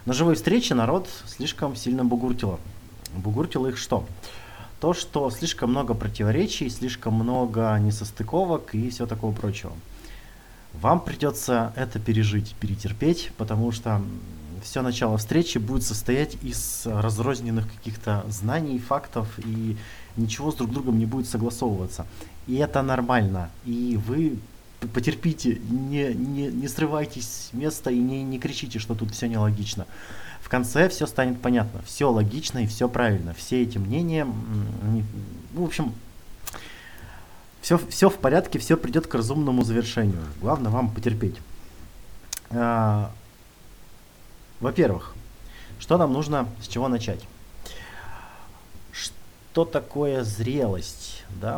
На живой встрече народ слишком сильно бугуртило. Бугуртило их что? То, что слишком много противоречий, слишком много несостыковок и все такого прочего. Вам придется это пережить, перетерпеть, потому что все начало встречи будет состоять из разрозненных каких-то знаний, фактов, и ничего с друг другом не будет согласовываться. И это нормально. И вы потерпите, не срывайтесь с места и не кричите, что тут все нелогично. В конце все станет понятно, все логично и все правильно. Все эти мнения, в общем, все в порядке, все придет к разумному завершению. Главное вам потерпеть. Во-первых, что нам нужно, с чего начать? Что такое зрелость? Да?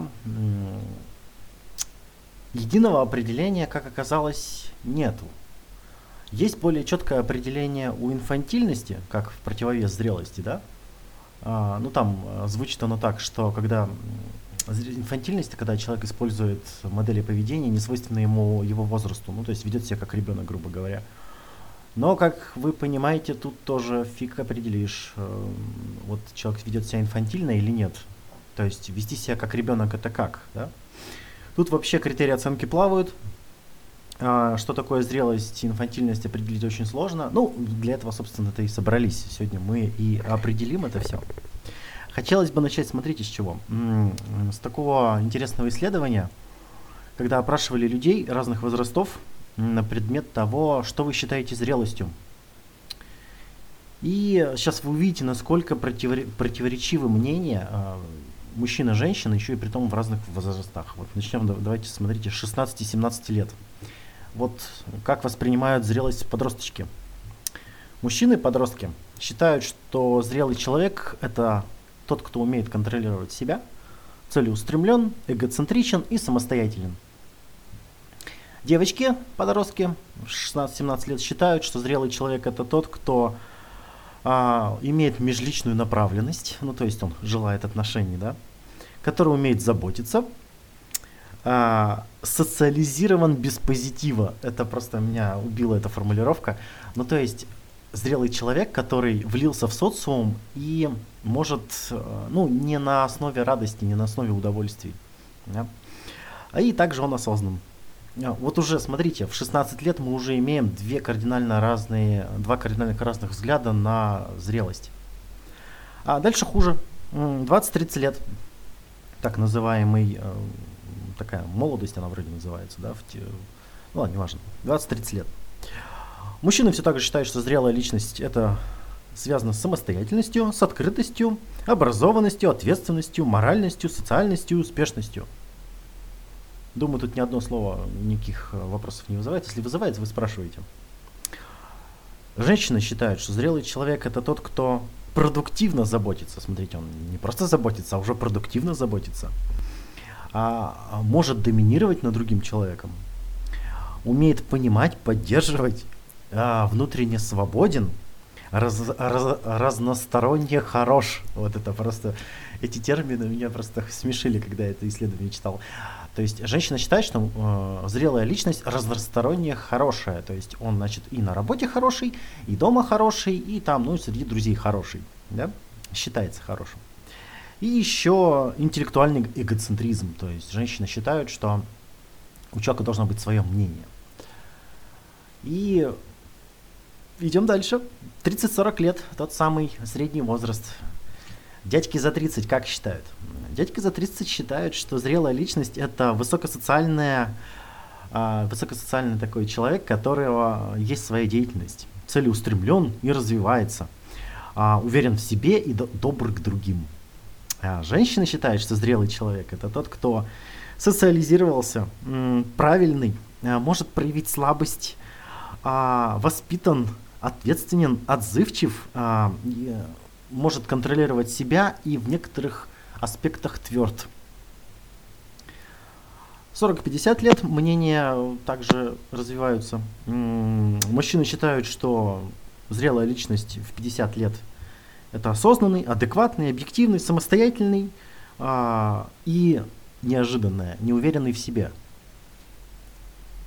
Единого определения, как оказалось, нету. Есть более четкое определение у инфантильности, как в противовес зрелости, да? Там звучит оно так, что когда инфантильность, когда человек использует модели поведения, не свойственные его возрасту, то есть ведет себя как ребенок, грубо говоря. Но, как вы понимаете, тут тоже фиг определишь, вот человек ведет себя инфантильно или нет. То есть вести себя как ребенок это как, да? Тут вообще критерии оценки плавают. Что такое зрелость и инфантильность определить очень сложно. Для этого, собственно-то и собрались. Сегодня мы и определим это все. Хотелось бы начать, смотрите, с чего. С такого интересного исследования, когда опрашивали людей разных возрастов на предмет того, что вы считаете зрелостью. И сейчас вы увидите, насколько противоречивы мнения мужчин и женщин, еще и при том в разных возрастах. Вот начнем, давайте смотрите, с 16-17 лет. Вот как воспринимают зрелость подросточки. Мужчины-подростки считают, что зрелый человек – это тот, кто умеет контролировать себя, целеустремлен, эгоцентричен и самостоятелен. Девочки, подростки, 16-17 лет считают, что зрелый человек – это тот, кто имеет межличную направленность, то есть он желает отношений, да, который умеет заботиться, социализирован без позитива. Это просто меня убила эта формулировка. То есть зрелый человек, который влился в социум и может, не на основе радости, не на основе удовольствий. Да? И также он осознан. Вот уже, смотрите, в 16 лет мы уже имеем два кардинально разных взгляда на зрелость. А дальше хуже. 20-30 лет. Так называемый, такая молодость она вроде называется, да? Ладно, неважно. 20-30 лет. Мужчины все так же считают, что зрелая личность это связано с самостоятельностью, с открытостью, образованностью, ответственностью, моральностью, социальностью, успешностью. Думаю, тут ни одно слово, никаких вопросов не вызывает. Если вызывает, вы спрашиваете. Женщины считают, что зрелый человек это тот, кто продуктивно заботится. Смотрите, он не просто заботится, а уже продуктивно заботится. Может доминировать над другим человеком. Умеет понимать, поддерживать, внутренне свободен, разносторонне хорош. Вот это просто, эти термины меня просто смешили, когда я это исследование читал. То есть женщина считает, что зрелая личность разносторонне хорошая. То есть он, значит, и на работе хороший, и дома хороший, и там, и среди друзей хороший. Да? Считается хорошим. И еще интеллектуальный эгоцентризм. То есть женщины считают, что у человека должно быть свое мнение. И идем дальше. 30-40 лет, тот самый средний возраст. Дядьки за 30 как считают? Дядьки за 30 считают, что зрелая личность это высокосоциальный такой человек, у которого есть своя деятельность, целеустремлен и развивается, уверен в себе и добр к другим. Женщины считают, что зрелый человек это тот, кто социализировался, правильный, может проявить слабость, воспитан, ответственен, отзывчив, может контролировать себя и в некоторых аспектах тверд. 40-50 лет мнения также развиваются. Мужчины считают, что зрелая личность в 50 лет это осознанный, адекватный, объективный, самостоятельный и неожиданный, неуверенный в себе.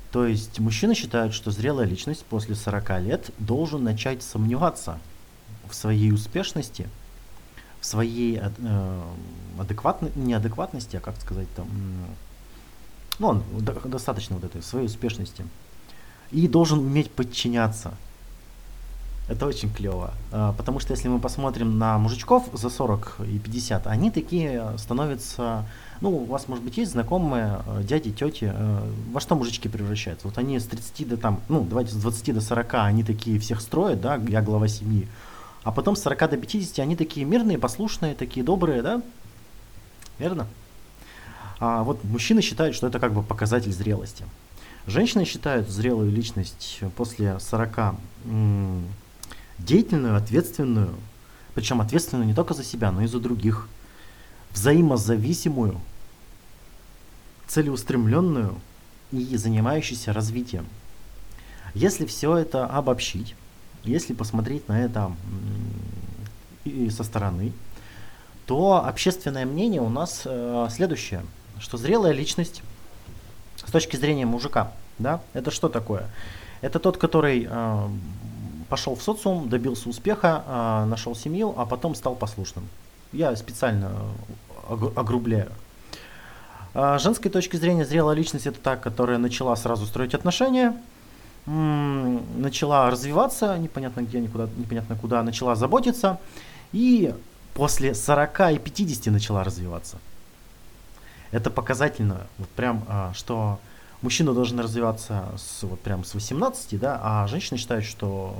То есть мужчины считают, что зрелая личность после 40 лет должен начать сомневаться в своей успешности, в своей неадекватности, а как сказать там, ну, достаточно вот этой, своей успешности. И должен уметь подчиняться. Это очень клево. Потому что если мы посмотрим на мужичков за 40 и 50, они такие становятся... Ну, у вас, может быть, есть знакомые дяди, тети, во что мужички превращаются? Вот они с 30 до там, ну, давайте с 20 до 40 они такие всех строят, да, я глава семьи. А потом с 40 до 50 они такие мирные, послушные, такие добрые, да? Верно? А вот мужчины считают, что это как бы показатель зрелости. Женщины считают зрелую личность после 40 деятельную, ответственную, причем ответственную не только за себя, но и за других, взаимозависимую, целеустремленную и занимающуюся развитием. Если все это обобщить, если посмотреть на это и со стороны, то общественное мнение у нас следующее, что зрелая личность с точки зрения мужика, да, это что такое? Это тот, который пошел в социум, добился успеха, нашел семью, а потом стал послушным. Я специально огрубляю. С женской точки зрения зрелая личность это та, которая начала сразу строить отношения, начала развиваться, непонятно где, непонятно куда, начала заботиться и после 40 и 50 начала развиваться. Это показательно, вот прям, что мужчины должны развиваться вот прям с 18, да, а женщины считают, что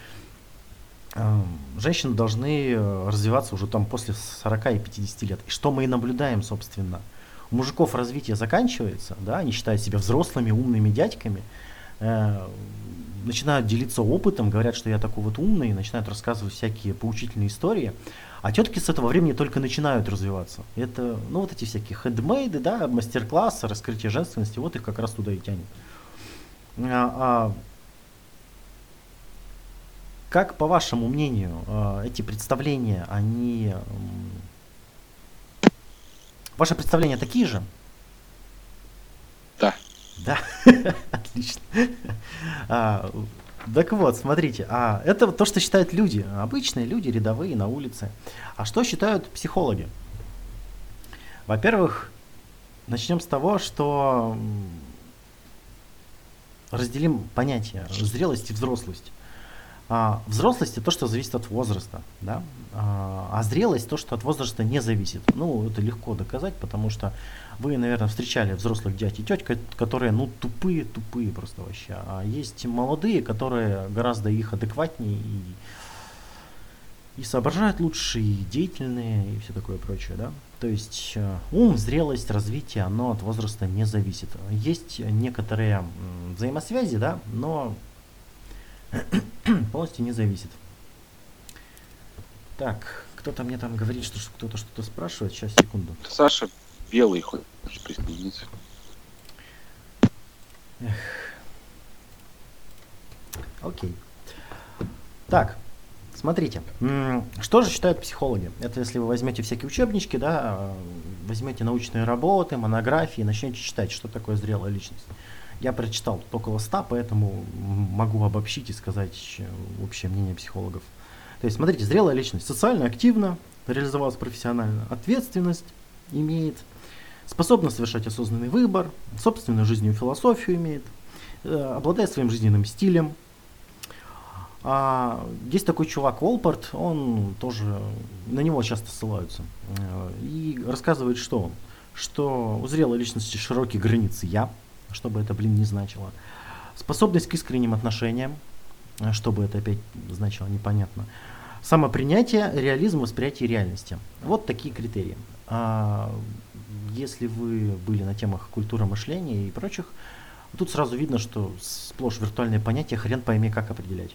женщины должны развиваться уже там после 40 и 50 лет. И что мы и наблюдаем, собственно. У мужиков развитие заканчивается, да, они считают себя взрослыми, умными дядьками, начинают делиться опытом, говорят, что я такой вот умный, и начинают рассказывать всякие поучительные истории. А тетки с этого времени только начинают развиваться. Это, ну, вот эти всякие хендмейды, да, мастер-классы, раскрытие женственности, вот их как раз туда и тянет. Как, по вашему мнению, эти представления, они... Ваши представления такие же? Да. Да? Отлично. Так вот, смотрите, это то, что считают люди, обычные люди, рядовые на улице. А что считают психологи? Во-первых, начнем с того, что разделим понятия зрелость и взрослость. Взрослость это то, что зависит от возраста, да? А зрелость то, что от возраста не зависит. Ну, это легко доказать, потому что вы, наверное, встречали взрослых дядь и теть, которые, ну, тупые просто вообще. А есть молодые, которые гораздо их адекватнее и соображают лучше, и деятельные, и все такое прочее, да? То есть ум, зрелость, развитие, оно от возраста не зависит. Есть некоторые взаимосвязи, да, но полностью не зависит. Так, кто-то мне там говорит, что кто-то что-то спрашивает. Сейчас, секунду. Саша Белый хочет присоединиться. Окей. Так, смотрите. Что же считают психологи? Это если вы возьмете всякие учебнички, да, возьмете научные работы, монографии, начнете читать, что такое зрелая личность. Я прочитал тут около 100, поэтому могу обобщить и сказать общее мнение психологов. То есть, смотрите, зрелая личность социально активна, реализовалась профессионально, ответственность имеет, способна совершать осознанный выбор, собственную жизненную философию имеет, обладает своим жизненным стилем. Есть такой чувак Олпорт, он тоже, на него часто ссылаются, и рассказывает, что у зрелой личности широкие границы «я», что бы это, не значило. Способность к искренним отношениям, что бы это опять значило, непонятно. Самопринятие, реализм, восприятие реальности. Вот такие критерии. Если вы были на темах культура мышления и прочих, тут сразу видно, что сплошь виртуальные понятия, хрен пойми, как определять.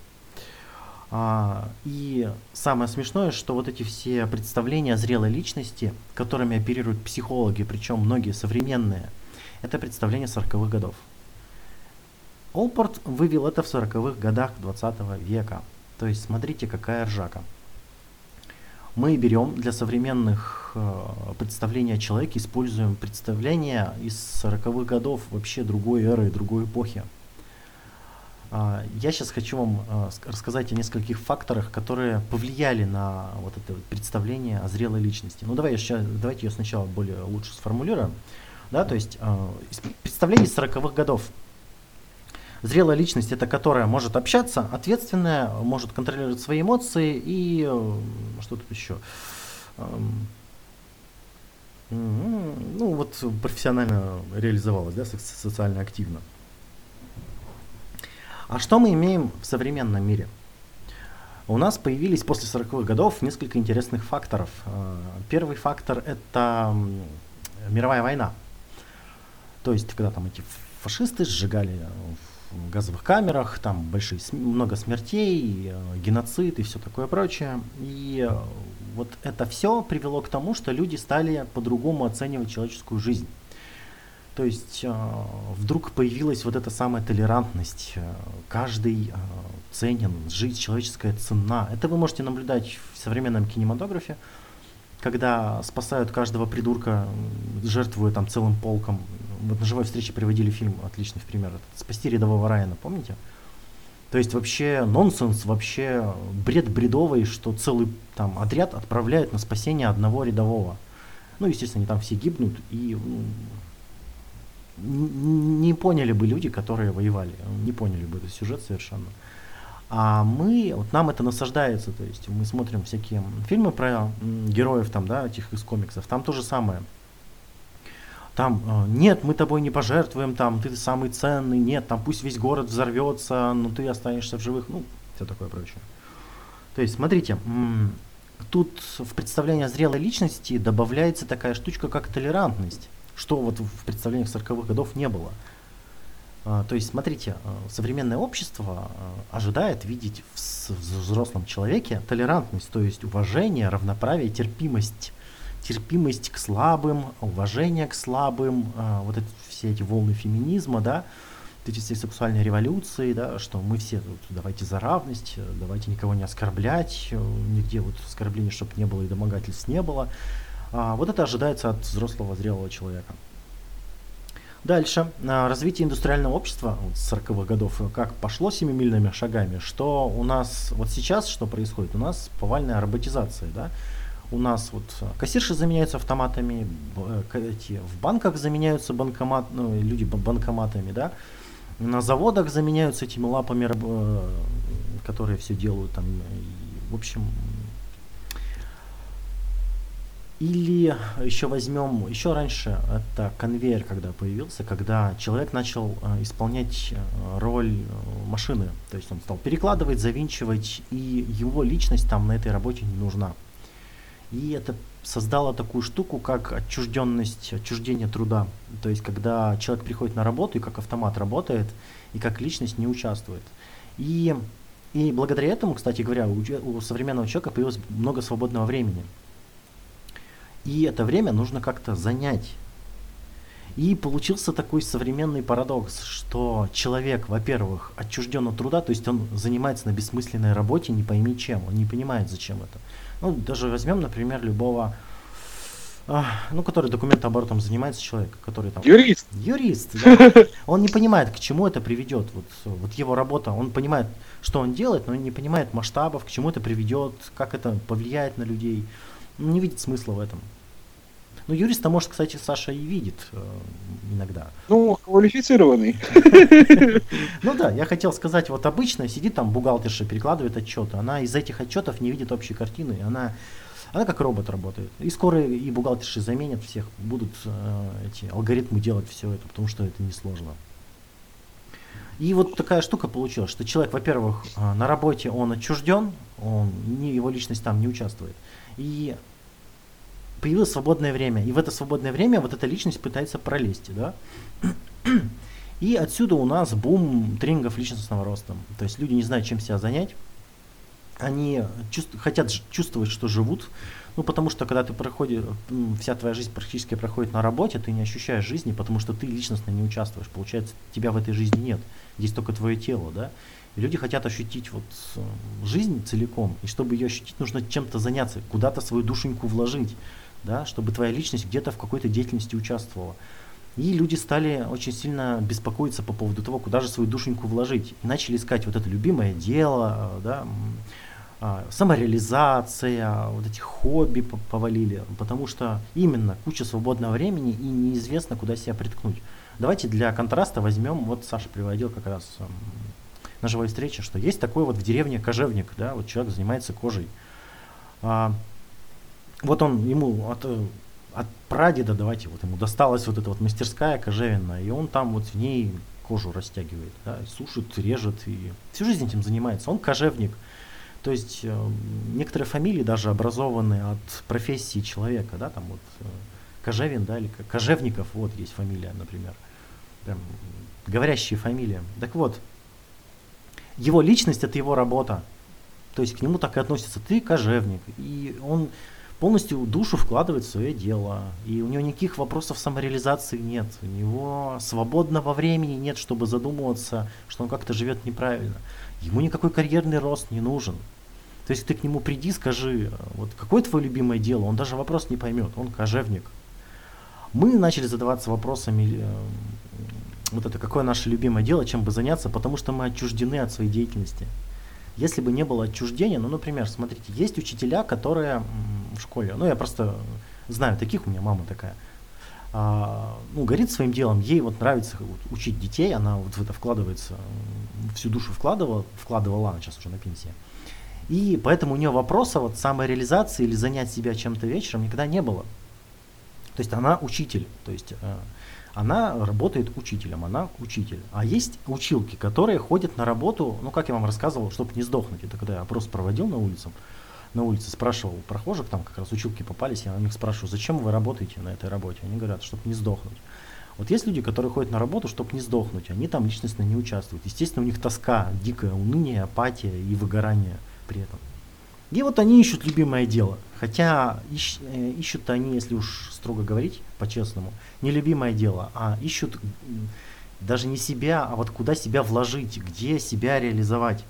И самое смешное, что вот эти все представления о зрелой личности, которыми оперируют психологи, причем многие современные, это представление 40-х годов. Олпорт вывел это в 40-х годах 20 века. То есть смотрите, какая ржака. Мы берем для современных представлений о человеке, используем представления из 40-х годов, вообще другой эры, другой эпохи. Я сейчас хочу вам рассказать о нескольких факторах, которые повлияли на вот это представление о зрелой личности. Ну давайте ее сначала более лучше сформулируем. Да, то есть представление из 40-х годов. Зрелая личность — это которая может общаться, ответственная, может контролировать свои эмоции и что тут еще? Ну вот профессионально реализовалась, да, социально активно. А что мы имеем в современном мире? У нас появились после 40-х годов несколько интересных факторов. Первый фактор — это мировая война. То есть, когда там эти фашисты сжигали в газовых камерах, там много смертей, геноцид и все такое прочее. И вот это все привело к тому, что люди стали по-другому оценивать человеческую жизнь. То есть вдруг появилась вот эта самая толерантность. Каждый ценен, жизнь человеческая ценна. Это вы можете наблюдать в современном кинематографе, когда спасают каждого придурка, жертвуя там целым полком. Вот на живой встрече приводили фильм, отличный пример, «Спасти рядового Райана», помните? То есть вообще нонсенс, вообще бред бредовый, что целый там отряд отправляют на спасение одного рядового. Ну, естественно, они там все гибнут, и не поняли бы люди, которые воевали, не поняли бы этот сюжет совершенно. А нам это насаждается, то есть мы смотрим всякие фильмы про героев там, да, этих из комиксов, там то же самое. Там, нет, мы тобой не пожертвуем, там, ты самый ценный, нет, там пусть весь город взорвется, но ты останешься в живых, ну, все такое прочее. То есть, смотрите, тут в представлении о зрелой личности добавляется такая штучка, как толерантность, что вот в представлениях 40-х годов не было. То есть, смотрите, современное общество ожидает видеть в взрослом человеке толерантность, то есть уважение, равноправие, терпимость к слабым, уважение к слабым, вот все эти волны феминизма, да, эти все сексуальные революции, да, что мы все тут давайте за равность, давайте никого не оскорблять, нигде вот оскорблений, чтобы не было и домогательств не было. Вот это ожидается от взрослого зрелого человека. Дальше. Развитие индустриального общества с 40-х годов как пошло семимильными шагами, что у нас вот сейчас, что происходит? У нас повальная роботизация, да? У нас вот кассирши заменяются автоматами, в банках заменяются люди банкоматами, да? На заводах заменяются этими лапами, которые все делают там. В общем, или еще раньше, это конвейер, когда появился, когда человек начал исполнять роль машины. То есть он стал перекладывать, завинчивать, и его личность там на этой работе не нужна. И это создало такую штуку, как отчуждение труда. То есть когда человек приходит на работу и как автомат работает, и как личность не участвует. И благодаря этому, кстати говоря, у современного человека появилось много свободного времени. И это время нужно как-то занять. И получился такой современный парадокс, что человек, во-первых, отчужден от труда, то есть он занимается на бессмысленной работе, не пойми чем, он не понимает, зачем это. Ну, даже возьмем, например, любого, который документооборотом занимается человек, который там... Юрист, да. Он не понимает, к чему это приведет. Вот его работа, он понимает, что он делает, но не понимает масштабов, к чему это приведет, как это повлияет на людей. Он не видит смысла в этом. Ну, юриста, может, кстати, Саша и видит иногда. Ну, квалифицированный. Ну да, я хотел сказать, вот обычно сидит там бухгалтерша, перекладывает отчеты. Она из этих отчетов не видит общей картины. Она как робот работает. И скоро и бухгалтерши заменят всех, будут эти алгоритмы делать все это, потому что это несложно. И вот такая штука получилась, что человек, во-первых, на работе он отчужден, его личность там не участвует. И появилось свободное время. И в это свободное время вот эта личность пытается пролезть, да? И отсюда у нас бум тренингов личностного роста. То есть люди не знают, чем себя занять. Они хотят чувствовать, что живут. Ну, потому что когда вся твоя жизнь практически проходит на работе, ты не ощущаешь жизни, потому что ты личностно не участвуешь. Получается, тебя в этой жизни нет. Здесь только твое тело, да? И люди хотят ощутить вот жизнь целиком, и чтобы ее ощутить, нужно чем-то заняться, куда-то свою душеньку вложить, да, чтобы твоя личность где-то в какой-то деятельности участвовала. И люди стали очень сильно беспокоиться по поводу того, куда же свою душеньку вложить. И начали искать вот это любимое дело, да, самореализация, вот эти хобби повалили, потому что именно куча свободного времени и неизвестно, куда себя приткнуть. Давайте для контраста возьмем, вот Саша приводил как раз на живой встрече, что есть такой вот в деревне кожевник, да, вот человек занимается кожей. Вот он, ему от прадеда, давайте, вот ему досталась вот эта вот мастерская кожевенная, и он там вот в ней кожу растягивает, да, сушит, режет, и всю жизнь этим занимается. Он кожевник. То есть некоторые фамилии даже образованы от профессии человека, да, там вот Кожевин, да, или Кожевников, вот есть фамилия, например, прям говорящие фамилии. Так вот, его личность — это его работа, то есть к нему так и относятся: ты кожевник, и он полностью душу вкладывает в свое дело, и у него никаких вопросов самореализации нет, у него свободного времени нет, чтобы задумываться, что он как-то живет неправильно. Ему никакой карьерный рост не нужен. То есть ты к нему приди, скажи, вот какое твое любимое дело, он даже вопрос не поймет, он кожевник. Мы начали задаваться вопросами, вот это какое наше любимое дело, чем бы заняться, потому что мы отчуждены от своей деятельности. Если бы не было отчуждения, ну, например, смотрите, есть учителя, которые в школе, ну, я просто знаю таких, у меня мама такая, ну, горит своим делом, ей вот нравится вот учить детей, она вот в это вкладывается, всю душу вкладывала, она сейчас уже на пенсии. И поэтому у нее вопроса вот самореализации или занять себя чем-то вечером никогда не было. То есть она учитель, то есть она работает учителем, она учитель. А есть училки, которые ходят на работу, ну, как я вам рассказывал, чтобы не сдохнуть. Это когда я опрос проводил на улице спрашивал прохожих, там как раз училки попались, я у них спрашиваю, зачем вы работаете на этой работе? Они говорят, чтобы не сдохнуть. Вот есть люди, которые ходят на работу, чтобы не сдохнуть, они там личностно не участвуют. Естественно, у них тоска, дикое уныние, апатия и выгорание при этом. И вот они ищут любимое дело. Хотя ищут они, если уж строго говорить, по-честному, не любимое дело, а ищут даже не себя, а вот куда себя вложить, где себя реализовать.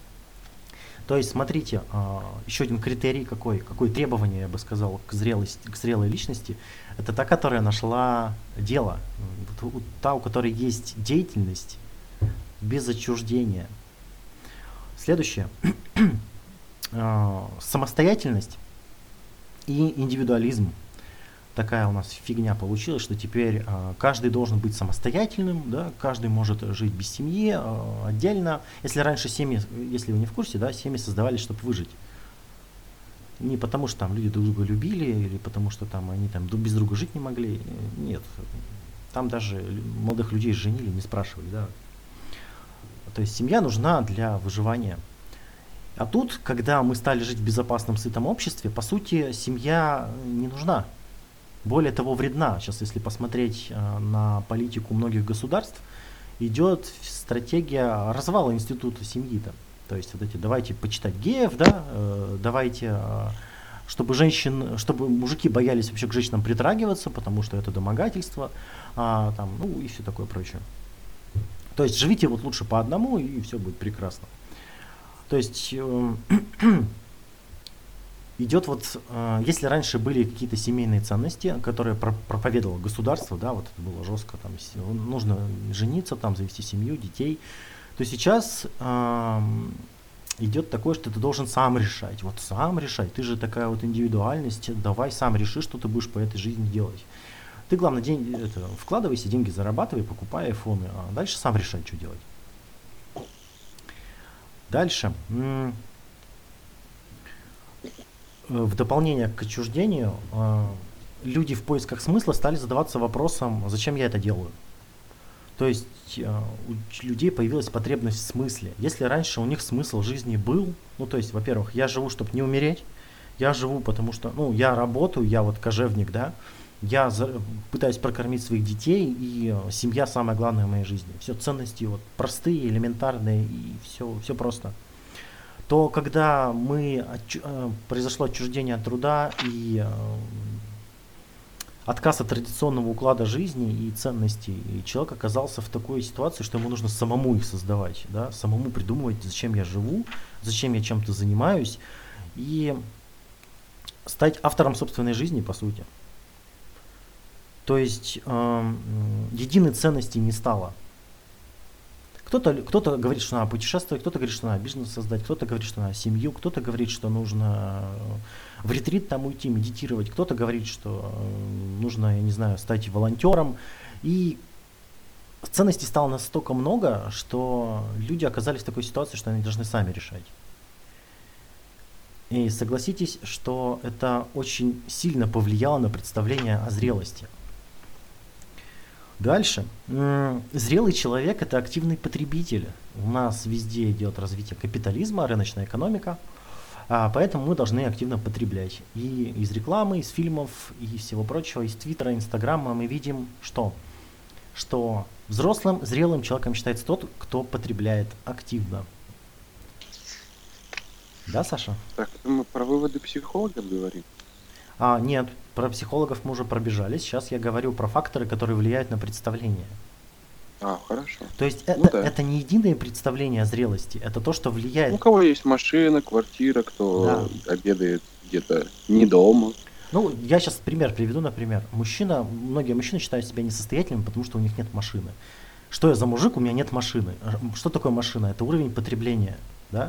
То есть, смотрите, еще один критерий какое требование, я бы сказал, к зрелой личности, это та, которая нашла дело, та, у которой есть деятельность без отчуждения. Следующее. Самостоятельность и индивидуализм. Такая у нас фигня получилась, что теперь каждый должен быть самостоятельным, да, каждый может жить без семьи, отдельно. Если раньше семьи, если вы не в курсе, да, семьи создавались, чтобы выжить. Не потому, что там люди друг друга любили, или потому, что там они там без друга жить не могли. Нет. Там даже молодых людей женили, не спрашивали, да. То есть семья нужна для выживания. А тут, когда мы стали жить в безопасном, сытом обществе, по сути, семья не нужна. Более того, вредна. Сейчас, если посмотреть на политику многих государств, идет стратегия развала института семьи-то. То есть вот эти, давайте почитать геев, да, давайте, чтобы мужики боялись вообще к женщинам притрагиваться, потому что это домогательство, там, ну и все такое прочее. То есть живите вот лучше по одному, и все будет прекрасно. То есть идет вот, если раньше были какие-то семейные ценности, которые проповедовало государство, да, вот это было жестко, там, нужно жениться, там, завести семью, детей, то сейчас идет такое, что ты должен сам решать, вот сам решать, ты же такая вот индивидуальность, давай сам реши, что ты будешь по этой жизни делать. Ты, главное, вкладывайся, деньги зарабатывай, покупай айфоны, а дальше сам решай, что делать. Дальше. В дополнение к отчуждению, люди в поисках смысла стали задаваться вопросом, зачем я это делаю. То есть у людей появилась потребность в смысле. Если раньше у них смысл жизни был, ну то есть, во-первых, я живу, чтобы не умереть, я живу, потому что, ну, я работаю, я вот кожевник, да, я пытаюсь прокормить своих детей, и семья самое главное в моей жизни. Все ценности вот простые, элементарные, и все просто. То когда произошло отчуждение от труда, и отказ от традиционного уклада жизни и ценностей. И человек оказался в такой ситуации, что ему нужно самому их создавать, да, самому придумывать, зачем я живу, зачем я чем-то занимаюсь, и стать автором собственной жизни, по сути. То есть единой ценности не стало. Кто-то говорит, что надо путешествовать, кто-то говорит, что надо бизнес создать, кто-то говорит, что надо семью, кто-то говорит, что нужно в ретрит там уйти, медитировать, кто-то говорит, что нужно, я не знаю, стать волонтером. И ценностей стало настолько много, что люди оказались в такой ситуации, что они должны сами решать. И согласитесь, что это очень сильно повлияло на представление о зрелости. Дальше. Зрелый человек – это активный потребитель. У нас везде идет развитие капитализма, рыночная экономика, поэтому мы должны активно потреблять. И из рекламы, из фильмов, и всего прочего, из Твиттера, Инстаграма мы видим, что взрослым, зрелым человеком считается тот, кто потребляет активно. Да, Саша? Так, это мы про выводы психологов говорим? Нет, про психологов мы уже пробежались. Сейчас я говорю про факторы, которые влияют на представление. Хорошо. То есть Ну да. это не единое представление о зрелости, это то, что влияет. У кого есть машина, квартира, кто обедает где-то не дома. Ну, я сейчас пример приведу, например. Многие мужчины считают себя несостоятельными, потому что у них нет машины. Что я за мужик, у меня нет машины. Что такое машина? Это уровень потребления, да?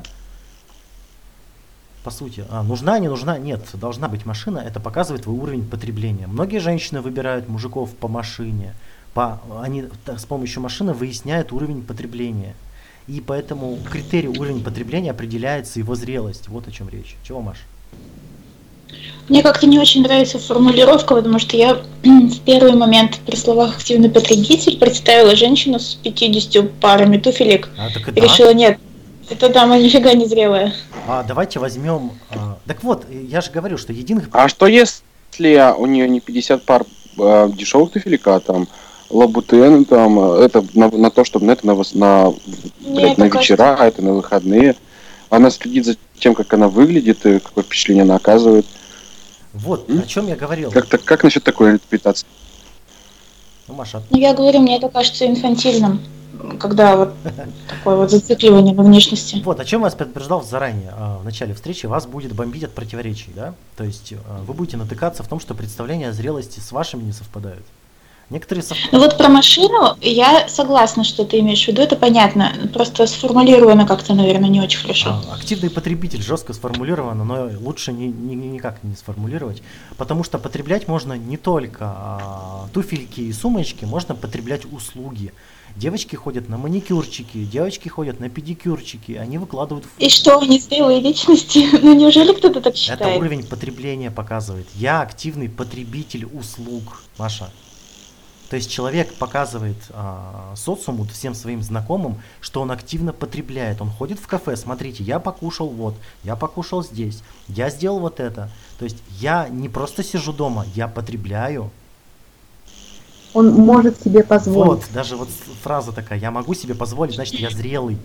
По сути, нужна, не нужна? Нет, должна быть машина, это показывает твой уровень потребления. Многие женщины выбирают мужиков по машине, они с помощью машины выясняют уровень потребления. И поэтому критерий уровень потребления определяется его зрелость. Вот о чем речь. Чего, Маш? Мне как-то не очень нравится формулировка, потому что я в первый момент при словах «активный потребитель» представила женщину с 50 парами туфелек и решила, нет, эта дама нифига не зрелая. Давайте возьмем... Так вот, я же говорю, что единых... А что если у нее не 50 пар дешевых туфелек, а там лабутен, там, это на то, чтобы это на вечера, это на выходные. Она следит за тем, как она выглядит, и какое впечатление она оказывает. Вот, о чем я говорил. Как насчет такой интерпретации? Маша. Я говорю, мне это кажется инфантильным, когда вот такое вот зацикливание на внешности. Вот, о чем я вас предупреждал заранее, в начале встречи, вас будет бомбить от противоречий, да? То есть вы будете натыкаться в том, что представления о зрелости с вашими не совпадают. Некоторые Ну вот про машину я согласна, что ты имеешь в виду, это понятно. Просто сформулировано как-то, наверное, не очень хорошо. Активный потребитель жестко сформулировано, но лучше никак не сформулировать, потому что потреблять можно не только туфельки и сумочки, можно потреблять услуги. Девочки ходят на маникюрчики, девочки ходят на педикюрчики, они выкладывают... И что, они зрелые личности? Ну неужели кто-то так считает? Это уровень потребления показывает. Я активный потребитель услуг, Маша. То есть человек показывает социуму, всем своим знакомым, что он активно потребляет. Он ходит в кафе, смотрите, я покушал вот, я покушал здесь, я сделал вот это. То есть я не просто сижу дома, я потребляю. Он может себе позволить. Вот, даже вот фраза такая, я могу себе позволить, значит я зрелый.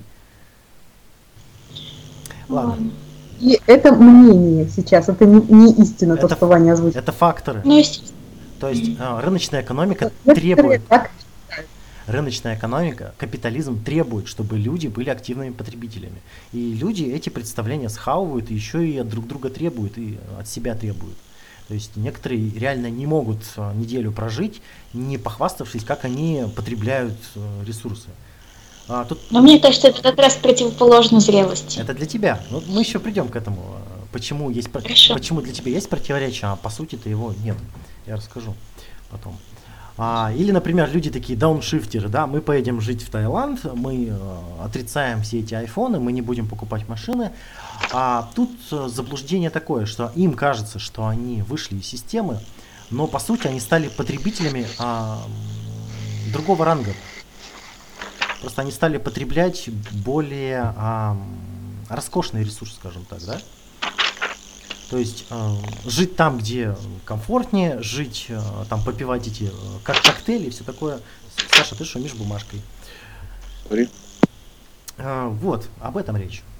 Ладно. И это мнение сейчас, это не истина, то, что Ваня озвучил. Это факторы. Ну, естественно. То есть рыночная экономика требует, рыночная экономика, капитализм требует, чтобы люди были активными потребителями. И люди эти представления схавывают, и еще и от друг друга требуют, и от себя требуют. То есть некоторые реально не могут неделю прожить, не похваставшись, как они потребляют ресурсы. Но мне кажется, это как раз противоположно зрелости. Это для тебя. Ну, мы еще придем к этому. Почему для тебя есть противоречие, а по сути-то его нет. Я расскажу потом. Или, например, люди такие дауншифтеры, да, мы поедем жить в Таиланд, мы отрицаем все эти айфоны, мы не будем покупать машины. А тут заблуждение такое, что им кажется, что они вышли из системы, но по сути они стали потребителями другого ранга. Просто они стали потреблять более роскошный ресурс, скажем так, да? То есть жить там, где комфортнее, жить, там попивать эти коктейли и все такое. Саша, ты шумишь бумажкой. Вот, об этом речь.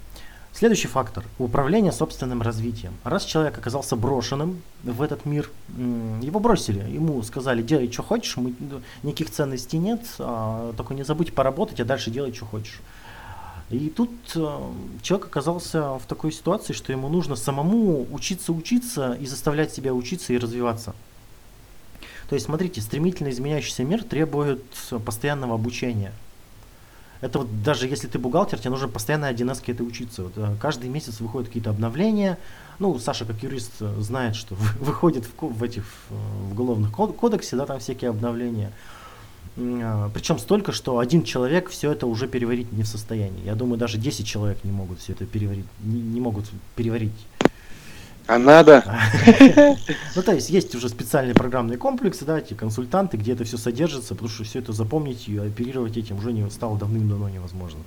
Следующий фактор – управление собственным развитием. Раз человек оказался брошенным в этот мир, его бросили, ему сказали, делай, что хочешь, никаких ценностей нет, только не забудь поработать, а дальше делай, что хочешь. И тут человек оказался в такой ситуации, что ему нужно самому учиться и заставлять себя учиться и развиваться. То есть, смотрите, стремительно изменяющийся мир требует постоянного обучения. Это вот даже если ты бухгалтер, тебе нужно постоянно 1С это учиться. Вот, каждый месяц выходят какие-то обновления. Ну, Саша, как юрист, знает, что выходит в уголовном кодексе, да, там всякие обновления. Причем столько, что один человек все это уже переварить не в состоянии. Я думаю, даже 10 человек не могут все это переварить. Не могут переварить. А надо? Ну, то есть есть уже специальные программные комплексы, да, эти консультанты, где это все содержится, потому что все это запомнить и оперировать этим уже стало давным-давно невозможно.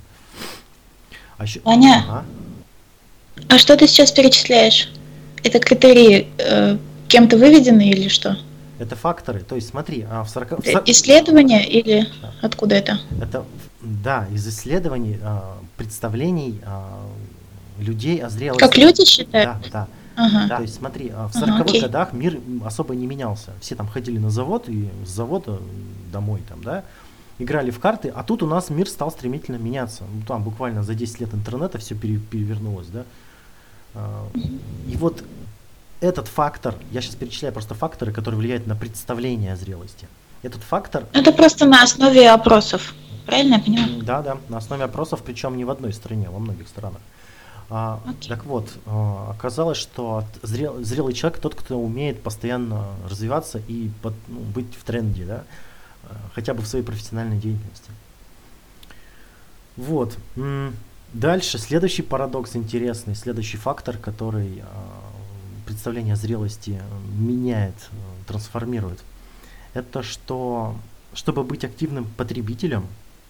Аня, а что ты сейчас перечисляешь? Это критерии кем-то выведены или что? Это факторы, то есть смотри, исследования или откуда это? Это, да, из исследований, представлений людей о зрелости. Как люди считают? Да. Ага. То есть смотри, в 40-х годах мир особо не менялся. Все там ходили на завод и с завода домой там, да, играли в карты, а тут у нас мир стал стремительно меняться. Ну, там буквально за 10 лет интернета все перевернулось, да. И вот этот фактор, я сейчас перечисляю просто факторы, которые влияют на представление о зрелости. Этот фактор... Это просто на основе опросов, правильно я понимаю? Да, на основе опросов, причем не в одной стране, во многих странах. Так вот, оказалось, что зрелый человек тот, кто умеет постоянно развиваться и быть в тренде, да, хотя бы в своей профессиональной деятельности. Вот. Дальше, следующий парадокс интересный, следующий фактор, который представление о зрелости меняет, трансформирует, это что, чтобы быть активным потребителем,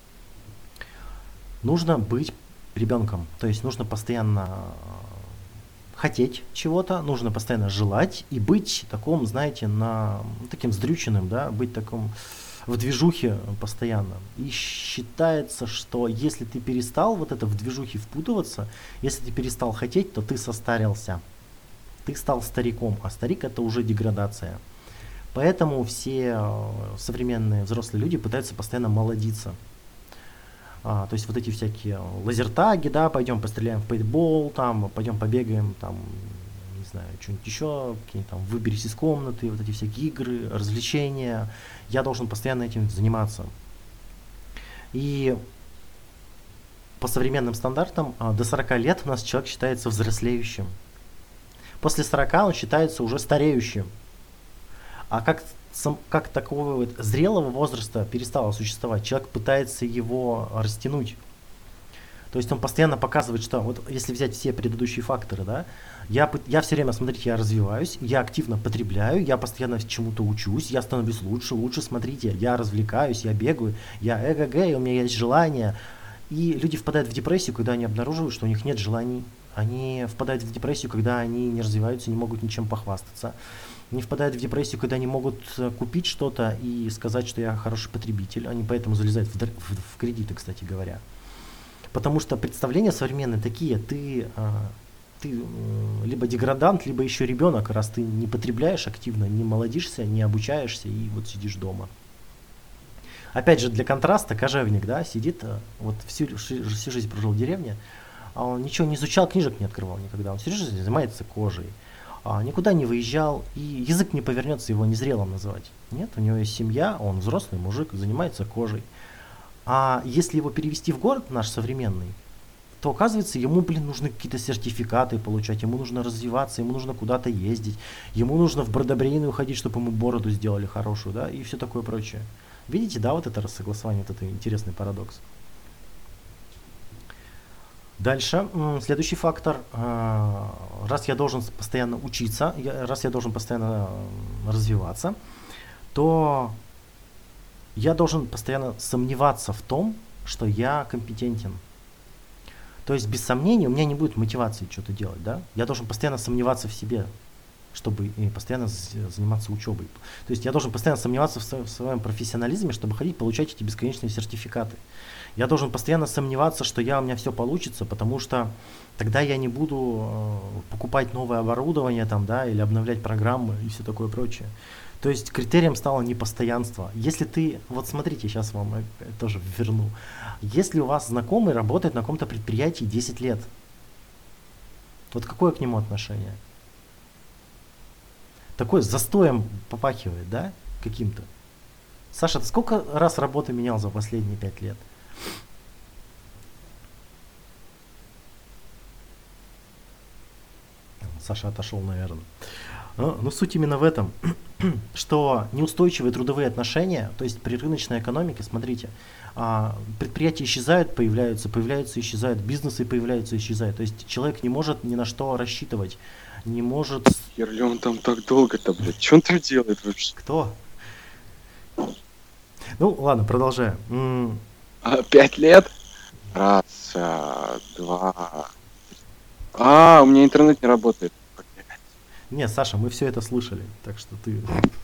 нужно быть ребенком, то есть нужно постоянно хотеть чего-то, нужно постоянно желать и быть таким, знаете, таким сдрюченным, да, быть таким в движухе постоянно. И считается, что если ты перестал вот это в движухе впутываться, если ты перестал хотеть, то ты состарился, ты стал стариком, а старик это уже деградация. Поэтому все современные взрослые люди пытаются постоянно молодиться. То есть вот эти всякие лазертаги, да, пойдем постреляем в пейнтбол, там, пойдем побегаем, там, не знаю, что-нибудь еще, какие-нибудь там выберись из комнаты, вот эти всякие игры, развлечения. Я должен постоянно этим заниматься. И по современным стандартам до 40 лет у нас человек считается взрослеющим. После 40 он считается уже стареющим. А как такого вот зрелого возраста перестало существовать, человек пытается его растянуть. То есть он постоянно показывает, что вот если взять все предыдущие факторы, да, я все время, смотрите, я развиваюсь, я активно потребляю, я постоянно чему-то учусь, я становлюсь лучше, смотрите, я развлекаюсь, я бегаю, я у меня есть желания. И люди впадают в депрессию, когда они обнаруживают, что у них нет желаний. Они впадают в депрессию, когда они не развиваются, не могут ничем похвастаться. Они впадают в депрессию, когда они могут купить что-то и сказать, что я хороший потребитель. Они поэтому залезают в кредиты, кстати говоря. Потому что представления современные такие, ты либо деградант, либо еще ребенок, раз ты не потребляешь активно, не молодишься, не обучаешься и вот сидишь дома. Опять же, для контраста кожевник, да, сидит, вот всю жизнь прожил в деревне, а он ничего не изучал, книжек не открывал никогда, он всю жизнь занимается кожей, никуда не выезжал, и язык не повернется его незрелым называть. Нет, у него есть семья, он взрослый мужик, занимается кожей. А если его перевести в город наш современный, то оказывается, ему, нужны какие-то сертификаты получать, ему нужно развиваться, ему нужно куда-то ездить, ему нужно в бродобрейную ходить, чтобы ему бороду сделали хорошую, да, и все такое прочее. Видите, да, вот это рассогласование, вот это интересный парадокс. Дальше, следующий фактор. Раз я должен постоянно учиться, раз я должен постоянно развиваться, то я должен постоянно сомневаться в том, что я компетентен. То есть без сомнений у меня не будет мотивации что-то делать, да? Я должен постоянно сомневаться в себе. чтобы постоянно заниматься учебой. То есть я должен постоянно сомневаться в своем профессионализме, чтобы ходить получать эти бесконечные сертификаты. Я должен постоянно сомневаться, что у меня все получится, потому что тогда я не буду покупать новое оборудование там, да, или обновлять программы и все такое прочее. То есть критерием стало непостоянство. Если ты, вот смотрите, сейчас вам тоже верну. Если у вас знакомый работает на каком-то предприятии 10 лет, вот какое к нему отношение? Такое застоем попахивает, да, каким-то. Саша, ты сколько раз работу менял за последние 5 лет? Саша отошел, наверное. Но суть именно в этом, что неустойчивые трудовые отношения, то есть при рыночной экономике, смотрите, предприятия исчезают, появляются, исчезают, бизнесы появляются, исчезают. То есть человек не может ни на что рассчитывать, не может... Ерли, он там так долго-то, блядь, что он там делает вообще? Кто? Ну, ладно, продолжаем. 5 лет? Раз, два... у меня интернет не работает. Не, Саша, мы все это слышали, так что ты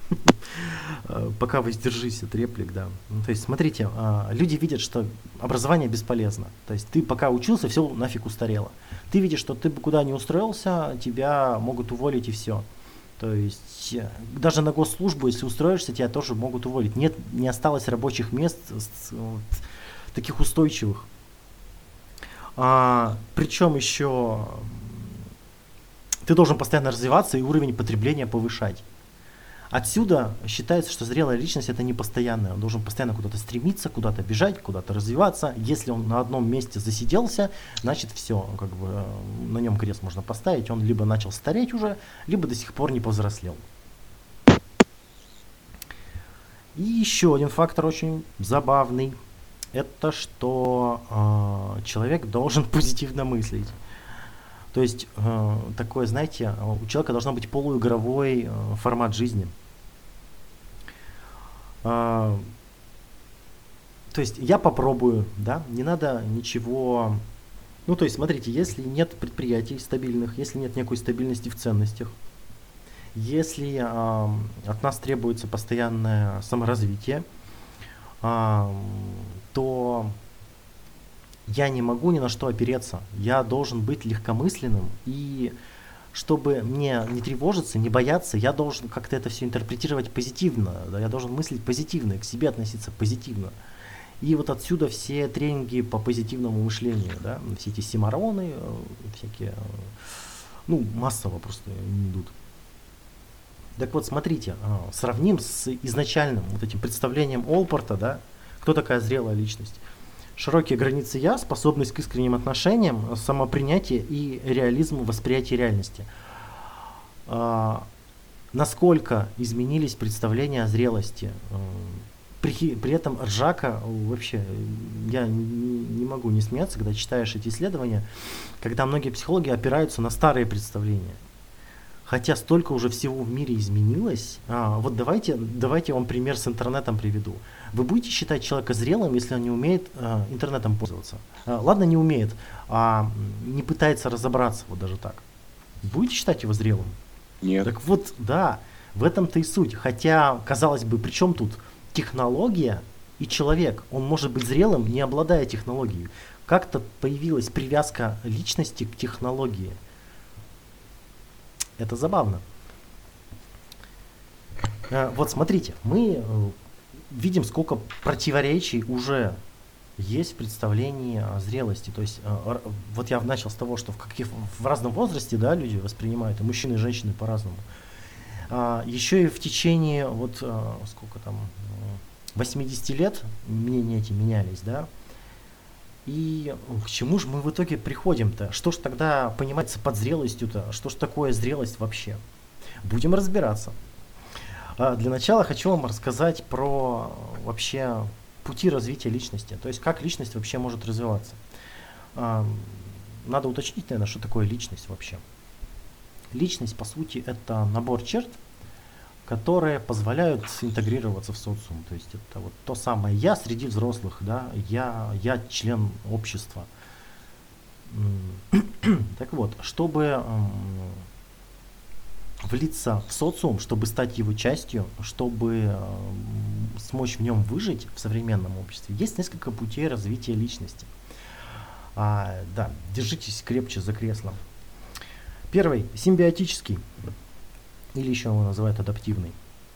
пока воздержись от реплик, да. Ну, то есть, смотрите, люди видят, что образование бесполезно. То есть ты пока учился, все нафиг устарело. Ты видишь, что ты бы куда не устроился, тебя могут уволить и все. То есть даже на госслужбу, если устроишься, тебя тоже могут уволить. Нет, не осталось рабочих мест таких устойчивых. Причем еще ты должен постоянно развиваться и уровень потребления повышать. Отсюда считается, что зрелая личность это не постоянная. Он должен постоянно куда-то стремиться, куда-то бежать, куда-то развиваться. Если он на одном месте засиделся, значит все, как бы на нем крест можно поставить. Он либо начал стареть уже, либо до сих пор не повзрослел. И еще один фактор очень забавный. Это что человек должен позитивно мыслить. То есть такое, знаете, у человека должен быть полуигровой формат жизни. То есть я попробую, да, не надо ничего. Ну, то есть, смотрите, если нет предприятий стабильных, если нет никакой стабильности в ценностях, если от нас требуется постоянное саморазвитие, то я не могу ни на что опереться. Я должен быть легкомысленным, и чтобы мне не тревожиться, не бояться, я должен как-то это все интерпретировать позитивно. Да? Я должен мыслить позитивно, и к себе относиться позитивно. И вот отсюда все тренинги по позитивному мышлению, да? Все эти симароны, всякие, ну, массово просто идут. Так вот, смотрите, сравним с изначальным вот этим представлением Олпорта, да? Кто такая зрелая личность? Широкие границы «я», способность к искренним отношениям, самопринятие и реализм восприятия реальности. Насколько изменились представления о зрелости? При этом ржака вообще, я не могу не смеяться, когда читаешь эти исследования, когда многие психологи опираются на старые представления. Хотя столько уже всего в мире изменилось. Вот давайте я вам пример с интернетом приведу. Вы будете считать человека зрелым, если он не умеет интернетом пользоваться? Ладно, не умеет, а не пытается разобраться, вот даже так. Будете считать его зрелым? Нет. Так вот, да, в этом-то и суть. Хотя, казалось бы, при чем тут технология и человек? Он может быть зрелым, не обладая технологией. Как-то появилась привязка личности к технологии. Это забавно. Вот смотрите, мы видим, сколько противоречий уже есть в представлении о зрелости. То есть, вот я начал с того, что в разном возрасте, да, люди воспринимают, и мужчины и женщины по-разному. Еще и в течение, вот сколько там, 80 лет мнения эти менялись, да. И к чему же мы в итоге приходим-то? Что ж тогда понимается под зрелостью-то? Что ж такое зрелость вообще? Будем разбираться. Для начала хочу вам рассказать про вообще пути развития личности. То есть как личность вообще может развиваться. Надо уточнить, наверное, что такое личность вообще. Личность, по сути, это набор черт, которые позволяют интегрироваться в социум. То есть это вот то самое я среди взрослых, да, я член общества. Так вот, чтобы влиться в социум, чтобы стать его частью, чтобы смочь в нем выжить в современном обществе, есть несколько путей развития личности. Да, держитесь крепче за кресло. Первый, симбиотический, или еще его называют адаптивный.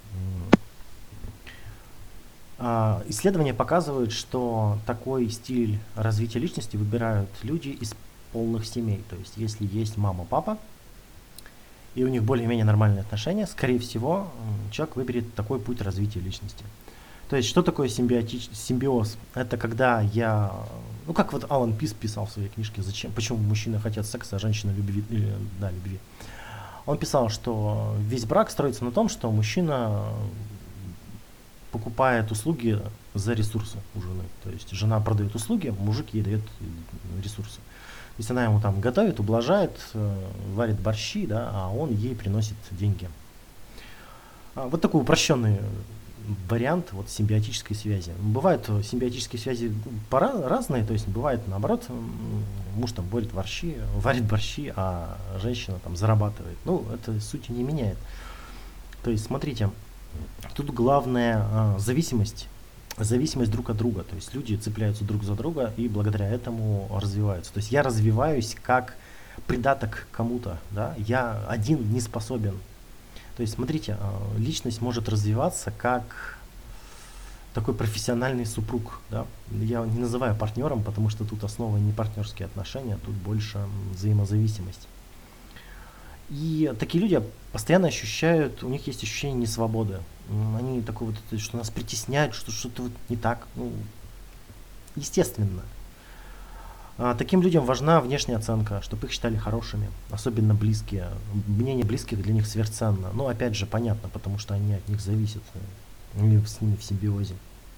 Исследования показывают, что такой стиль развития личности выбирают люди из полных семей. То есть, если есть мама, папа, и у них более-менее нормальные отношения, скорее всего, человек выберет такой путь развития личности. То есть, что такое симбиоз? Это когда как вот Алан Пис писал в своей книжке, почему мужчины хотят секса, а женщины любви. Он писал, что весь брак строится на том, что мужчина покупает услуги за ресурсы у жены. То есть жена продает услуги, мужик ей дает ресурсы. То есть она ему там готовит, ублажает, варит борщи, да, а он ей приносит деньги. Вот такой упрощенный вариант симбиотической связи. Бывают симбиотические связи разные, то есть бывает наоборот, муж там варит борщи, а женщина там зарабатывает. Это сути не меняет. То есть смотрите, тут главное зависимость друг от друга. То есть люди цепляются друг за друга и благодаря этому развиваются. То есть я развиваюсь как придаток кому-то, да? Я один не способен. То есть смотрите, личность может развиваться как такой профессиональный супруг. Да? Я не называю партнером, потому что тут основа не партнерские отношения, тут больше взаимозависимость. И такие люди постоянно ощущают, у них есть ощущение несвободы. Они такое что нас притесняют, что что-то не так. Естественно. Таким людям важна внешняя оценка, чтобы их считали хорошими, особенно близкие. Мнение близких для них сверхценно. Но опять же понятно, потому что они от них зависят, они с ними в симбиозе.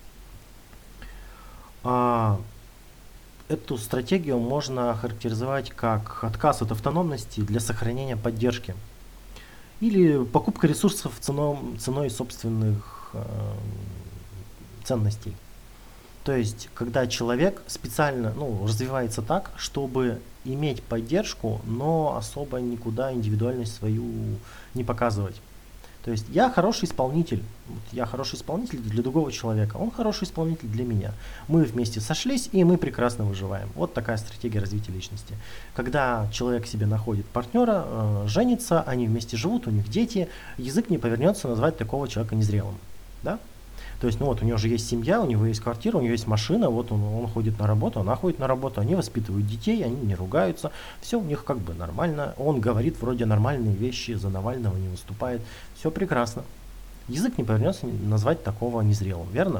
Эту стратегию можно охарактеризовать как отказ от автономности для сохранения поддержки. Или покупка ресурсов ценой собственных ценностей. То есть, когда человек специально развивается так, чтобы иметь поддержку, но особо никуда индивидуальность свою не показывать. То есть, я хороший исполнитель. Я хороший исполнитель для другого человека. Он хороший исполнитель для меня. Мы вместе сошлись, и мы прекрасно выживаем. Вот такая стратегия развития личности. Когда человек себе находит партнера, женится, они вместе живут, у них дети, язык не повернется назвать такого человека незрелым. Да? То есть, у него же есть семья, у него есть квартира, у него есть машина, он ходит на работу, она ходит на работу, они воспитывают детей, они не ругаются, все у них как бы нормально, он говорит вроде нормальные вещи, за Навального не выступает, все прекрасно. Язык не повернется назвать такого незрелым, верно?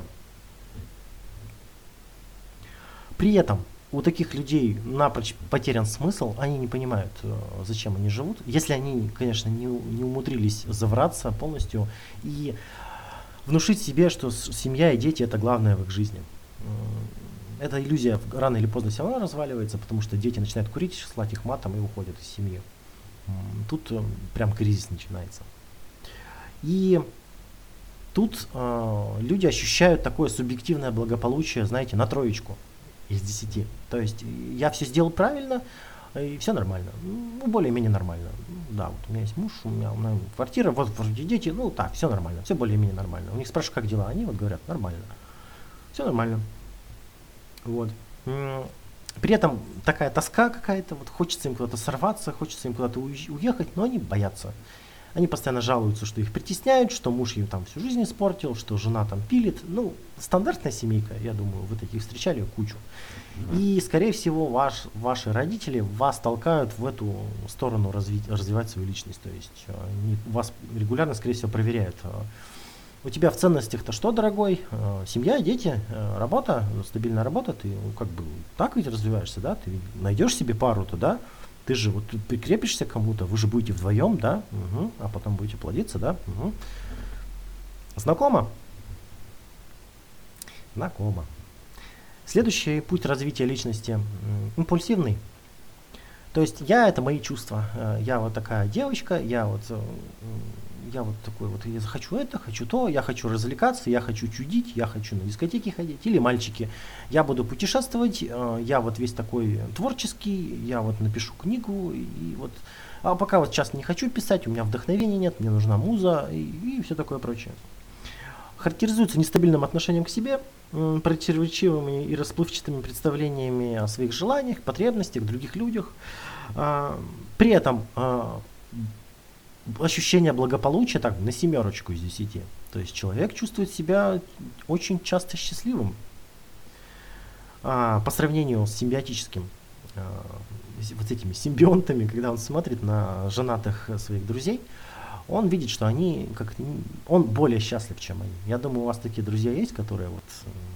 При этом у таких людей напрочь потерян смысл, они не понимают, зачем они живут, если они, конечно, не умудрились завраться полностью и внушить себе, что семья и дети – это главное в их жизни. Эта иллюзия рано или поздно все равно разваливается, потому что дети начинают курить, слать их матом и уходят из семьи. Тут прям кризис начинается. И тут люди ощущают такое субъективное благополучие, знаете, на 3 из 10. То есть я все сделал правильно, и все нормально. Более-менее нормально. Да, у меня есть муж, у меня квартира, вроде дети, так, все нормально, все более-менее нормально. У них спрашивают, как дела, они говорят, нормально. Все нормально. Вот. При этом такая тоска какая-то, хочется им куда-то сорваться, хочется им куда-то уехать, но они боятся. Они постоянно жалуются, что их притесняют, что муж им там всю жизнь испортил, что жена там пилит. Стандартная семейка, я думаю, вы таких встречали кучу. И, скорее всего, ваши родители вас толкают в эту сторону развивать свою личность. То есть они вас регулярно, скорее всего, проверяют. У тебя в ценностях-то что, дорогой? Семья, дети, работа, стабильная работа. Ты так ведь развиваешься, да? Ты найдешь себе пару-то, да? Ты же прикрепишься к кому-то, вы же будете вдвоем, да? Угу. А потом будете плодиться, да? Угу. Знакомо? Знакомо. Следующий путь развития личности импульсивный. То есть это мои чувства. Я такая девочка, я я вот такой вот, я хочу это, хочу то, я хочу развлекаться, я хочу чудить, я хочу на дискотеки ходить. Или мальчики, я буду путешествовать, я вот весь такой творческий, я вот напишу книгу, и вот, а пока вот сейчас не хочу писать, у меня вдохновения нет, мне нужна муза, и все такое прочее. Характеризуется нестабильным отношением к себе, противоречивыми и расплывчатыми представлениями о своих желаниях, потребностях, других людях. При этом ощущение благополучия так на 7 из 10. То есть человек чувствует себя очень часто счастливым по сравнению с симбиотическим, вот этими симбионтами, когда он смотрит на женатых своих друзей, он видит, что он более счастлив, чем они. Я думаю, у вас такие друзья есть, которые вот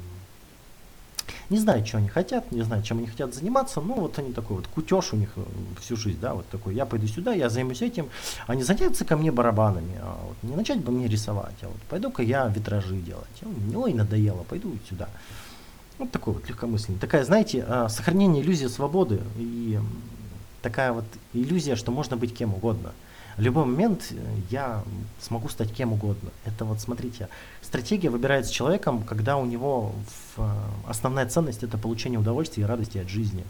не знают, что они хотят, не знают, чем они хотят заниматься, ну вот они такой вот кутеж у них всю жизнь, да, вот такой, я пойду сюда, я займусь этим, а не заняться ко мне барабанами, а вот не начать бы мне рисовать, а вот пойду-ка я витражи делать, ой, надоело, пойду сюда. Вот такой вот легкомысленный. Такая, знаете, сохранение иллюзии свободы и такая вот иллюзия, что можно быть кем угодно. В любой момент я смогу стать кем угодно. Это вот, смотрите, стратегия выбирается человеком, когда у него основная ценность – это получение удовольствия и радости от жизни.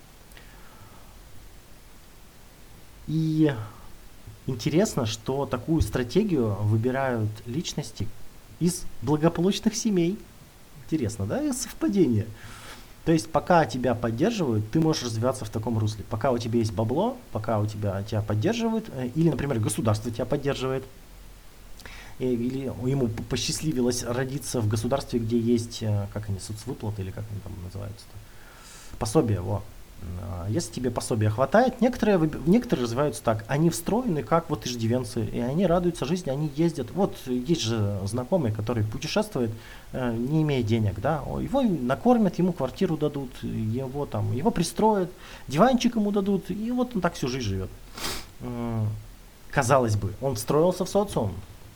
И интересно, что такую стратегию выбирают личности из благополучных семей. Интересно, да, и совпадение. То есть пока тебя поддерживают, ты можешь развиваться в таком русле. Пока у тебя есть бабло, пока тебя поддерживают, или, например, государство тебя поддерживает, или ему посчастливилось родиться в государстве, где есть, как они, соцвыплаты, или как они там называются-то, пособие, Если тебе пособия хватает, некоторые развиваются так, они встроены как вот иждивенцы, и они радуются жизни, они ездят. Вот есть же знакомый, который путешествует, не имея денег, да, его накормят, ему квартиру дадут, его пристроят, диванчик ему дадут, и вот он так всю жизнь живет. Казалось бы, он встроился в социум,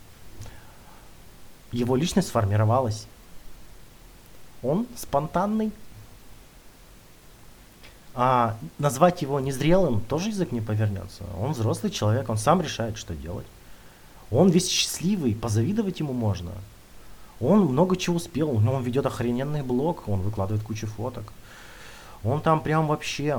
его личность сформировалась, он спонтанный. А назвать его незрелым тоже язык не повернется. Он взрослый человек, он сам решает, что делать. Он весь счастливый, позавидовать ему можно. Он много чего успел, он ведет охрененный блог, он выкладывает кучу фоток. Он там прям вообще...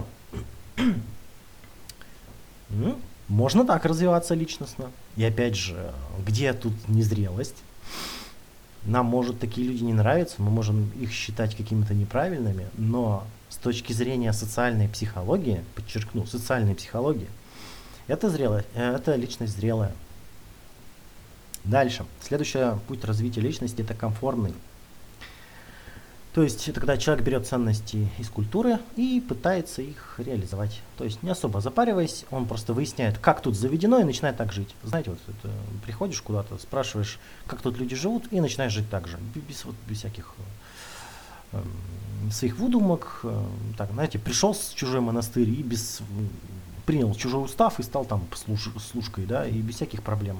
Можно так развиваться личностно. И опять же, где тут незрелость? Нам, может, такие люди не нравятся, мы можем их считать какими-то неправильными, но с точки зрения социальной психологии, подчеркну, социальной психологии, это личность зрелая. Дальше. Следующий путь развития личности – это комфортный. То есть это когда человек берет ценности из культуры и пытается их реализовать. То есть не особо запариваясь, он просто выясняет, как тут заведено, и начинает так жить. Знаете, вот это, приходишь куда-то, спрашиваешь, как тут люди живут, и начинаешь жить так же, без всяких своих выдумок. Так, знаете, пришел в чужой монастырь и принял чужой устав и стал там служкой, да, и без всяких проблем.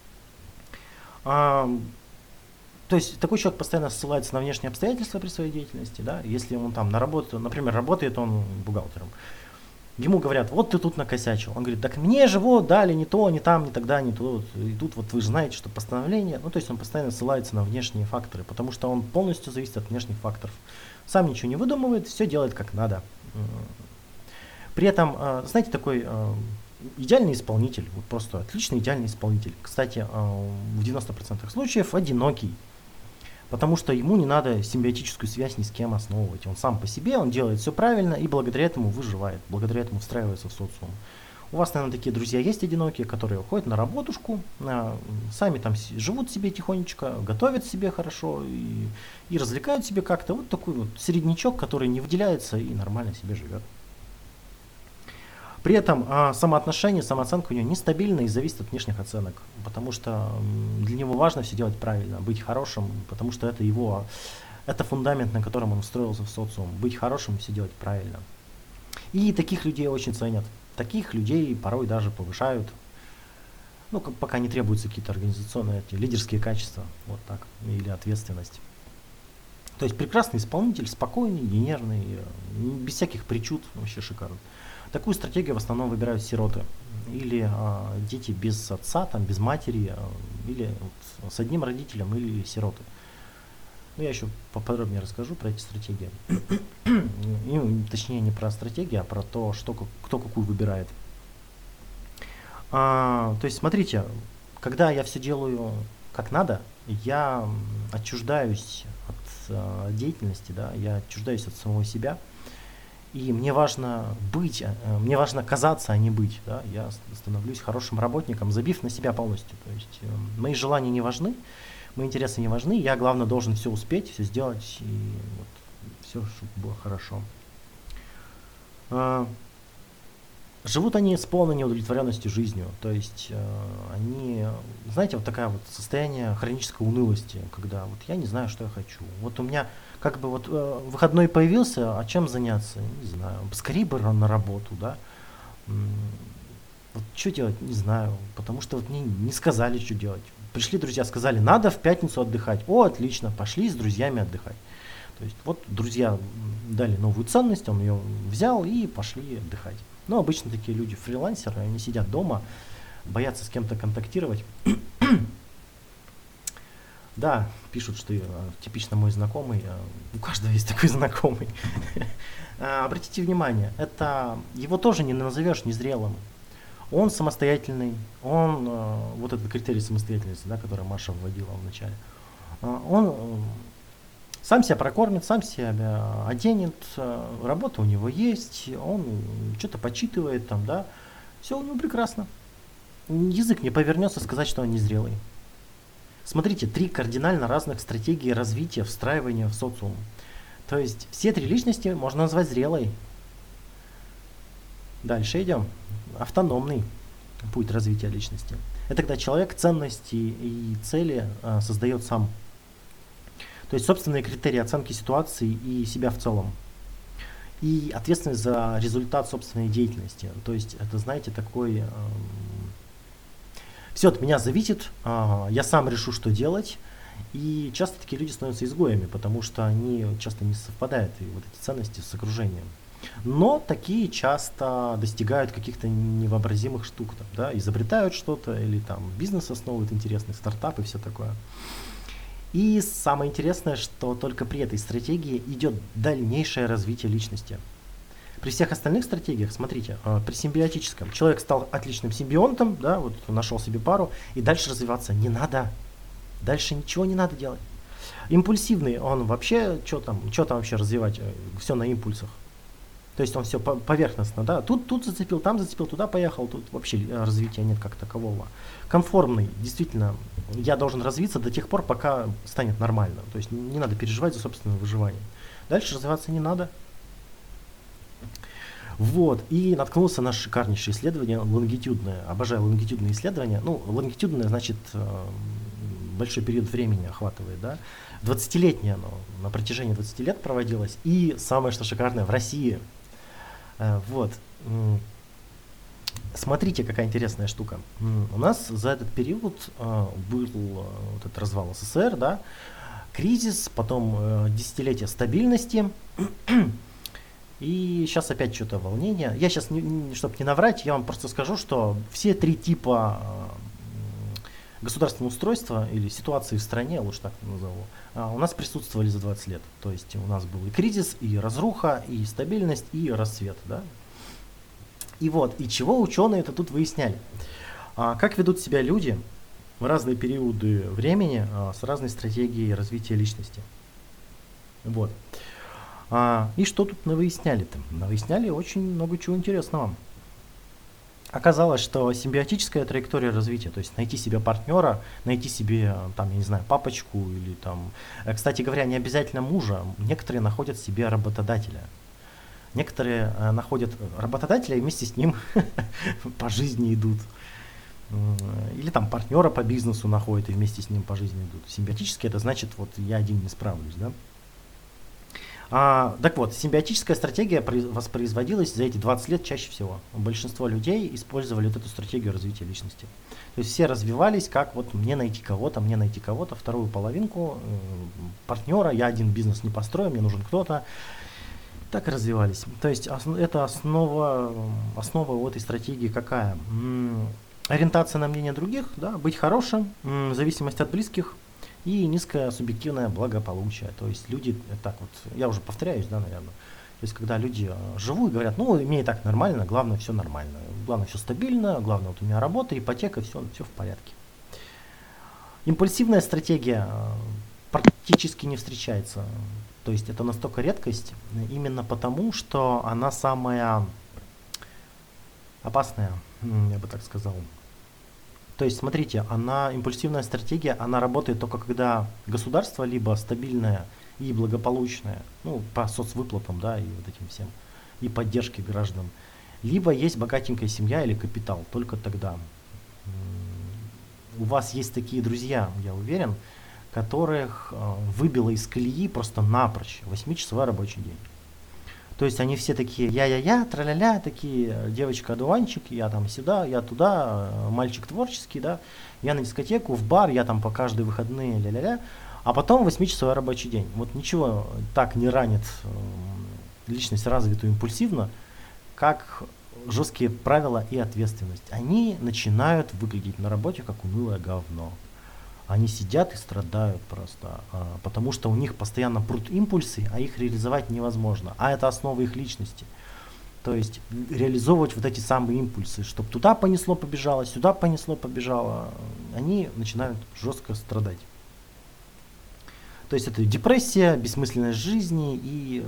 То есть такой человек постоянно ссылается на внешние обстоятельства при своей деятельности, да, если он там на работу, например, работает он бухгалтером, ему говорят, вот ты тут накосячил, он говорит, так мне же вот дали не то, не там, не тогда, не то, и тут вот вы же знаете, что постановление, то есть он постоянно ссылается на внешние факторы, потому что он полностью зависит от внешних факторов, сам ничего не выдумывает, все делает как надо. При этом, знаете, такой идеальный исполнитель, вот просто отличный идеальный исполнитель, кстати, в 90% случаев одинокий, потому что ему не надо симбиотическую связь ни с кем основывать. Он сам по себе, он делает все правильно и благодаря этому выживает, благодаря этому встраивается в социум. У вас, наверное, такие друзья есть одинокие, которые ходят на работушку, сами там живут себе тихонечко, готовят себе хорошо и развлекают себе как-то. Вот такой вот середнячок, который не выделяется и нормально себе живет. При этом самоотношение, самооценка у него нестабильна и зависит от внешних оценок, потому что для него важно все делать правильно, быть хорошим, потому что это фундамент, на котором он устроился в социум, быть хорошим и все делать правильно. И таких людей очень ценят, таких людей порой даже повышают, пока не требуются какие-то организационные лидерские качества, вот так, или ответственность. То есть прекрасный исполнитель, спокойный, не нервный, без всяких причуд, вообще шикарно. Такую стратегию в основном выбирают сироты или дети без отца, там, без матери, или вот, с одним родителем, или сироты. Ну, я еще поподробнее расскажу про эти стратегии. И, точнее, не про стратегии, а про то, что, кто какую выбирает. То есть, смотрите, когда я все делаю как надо, я отчуждаюсь от деятельности, да, я отчуждаюсь от самого себя. И мне важно быть, мне важно казаться, а не быть. Да? Я становлюсь хорошим работником, забив на себя полностью. То есть мои желания не важны, мои интересы не важны. Я, главное, должен все успеть, все сделать, и вот, все, чтобы было хорошо. Живут они с полной неудовлетворенностью жизнью. То есть они, знаете, вот такое вот состояние хронической унылости, когда вот я не знаю, что я хочу. Вот у меня как бы вот выходной появился, а чем заняться? Не знаю. Скорее бы на работу, да. Вот что делать? Не знаю. Потому что вот мне не сказали, что делать. Пришли друзья, сказали, надо в пятницу отдыхать. О, отлично, пошли с друзьями отдыхать. То есть вот друзья дали новую ценность, он ее взял и пошли отдыхать. Но обычно такие люди фрилансеры, они сидят дома, боятся с кем-то контактировать. Да, пишут, что типично мой знакомый, у каждого есть такой знакомый. Обратите внимание, это его тоже не назовешь незрелым. Он самостоятельный, он, вот этот критерий самостоятельности, да, который Маша вводила в начале, он сам себя прокормит, сам себя оденет, работа у него есть, он что-то почитывает там, да, все у него прекрасно. Язык не повернется сказать, что он незрелый. Смотрите, 3 кардинально разных стратегии развития, встраивания в социум. То есть все 3 личности можно назвать зрелой. Дальше идем. Автономный путь развития личности. Это когда человек ценности и цели создает сам. То есть собственные критерии оценки ситуации и себя в целом. И ответственность за результат собственной деятельности. То есть это, знаете, такой... все от меня зависит, я сам решу, что делать. И часто такие люди становятся изгоями, потому что они часто не совпадают, и вот эти ценности с окружением. Но такие часто достигают каких-то невообразимых штук, там, да, изобретают что-то, или там бизнес основывают интересный, стартап и все такое. И самое интересное, что только при этой стратегии идет дальнейшее развитие личности. При всех остальных стратегиях, смотрите, при симбиотическом человек стал отличным симбионтом, да, вот нашел себе пару, и дальше развиваться не надо. Дальше ничего не надо делать. Импульсивный, он вообще, что там вообще развивать, все на импульсах. То есть он все поверхностно, да, тут зацепил, там зацепил, туда поехал, тут вообще развития нет как такового. Конформный, действительно, я должен развиться до тех пор, пока станет нормально. То есть не надо переживать за собственное выживание. Дальше развиваться не надо. Вот, и наткнулся на шикарнейшее исследование, лонгитюдное. Обожаю лонгитюдные исследования. Ну, лонгитюдное, значит, большой период времени охватывает, да. 20-летнее оно, на протяжении 20 лет проводилось. И самое, что шикарное, в России. Вот. Смотрите, какая интересная штука. У нас за этот период был вот этот развал СССР, да, кризис, потом десятилетие стабильности. И сейчас опять что-то волнение. Я сейчас, чтобы не наврать, я вам просто скажу, что все 3 типа государственного устройства или ситуации в стране, лучше так назову, у нас присутствовали за 20 лет. То есть у нас был и кризис, и разруха, и стабильность, и расцвет. Да? И вот, и чего ученые это тут выясняли? Как ведут себя люди в разные периоды времени с разной стратегией развития личности. Вот. И что тут навыясняли-то? Навыясняли очень много чего интересного. Оказалось, что симбиотическая траектория развития, то есть найти себе партнера, найти себе, там, я не знаю, папочку или там, кстати говоря, не обязательно мужа, некоторые находят себе работодателя. Некоторые находят работодателя и вместе с ним по жизни идут. Или там партнера по бизнесу находят и вместе с ним по жизни идут. Симбиотически это значит, вот я один не справлюсь, да? Так вот, симбиотическая стратегия воспроизводилась за эти 20 лет чаще всего. Большинство людей использовали вот эту стратегию развития личности. То есть все развивались, как вот мне найти кого-то, вторую половинку, партнера, я один бизнес не построю, мне нужен кто-то. Так и развивались. То есть это основа у этой стратегии какая? Ориентация на мнение других, да, быть хорошим, зависимость от близких и низкое субъективное благополучие. То есть люди, так вот, я уже повторяюсь, да, наверное. То есть когда люди живут и говорят, ну, мне и так нормально, главное все нормально, главное все стабильно, главное вот у меня работа, ипотека, все в порядке. Импульсивная стратегия практически не встречается. То есть это настолько редкость, именно потому, что она самая опасная, я бы так сказал. То есть, смотрите, импульсивная стратегия, она работает только когда государство либо стабильное и благополучное, ну, по соцвыплатам, да, и вот этим всем, и поддержке граждан, либо есть богатенькая семья или капитал, только тогда. У вас есть такие друзья, я уверен, которых выбило из колеи просто напрочь 8-часовой рабочий день. То есть они все такие я, тра-ля-ля, такие девочка-одуванчик, я там сюда, я туда, мальчик творческий, да, я на дискотеку, в бар, я там по каждые выходные, ля-ля-ля, а потом 8-часовой рабочий день. Вот ничего так не ранит личность развитую импульсивно, как жесткие правила и ответственность. Они начинают выглядеть на работе как унылое говно. Они сидят и страдают просто, потому что у них постоянно прут импульсы, а их реализовать невозможно. А это основа их личности. То есть реализовывать вот эти самые импульсы, чтобы туда понесло, побежало, сюда понесло, побежало, они начинают жестко страдать. То есть это депрессия, бессмысленность жизни и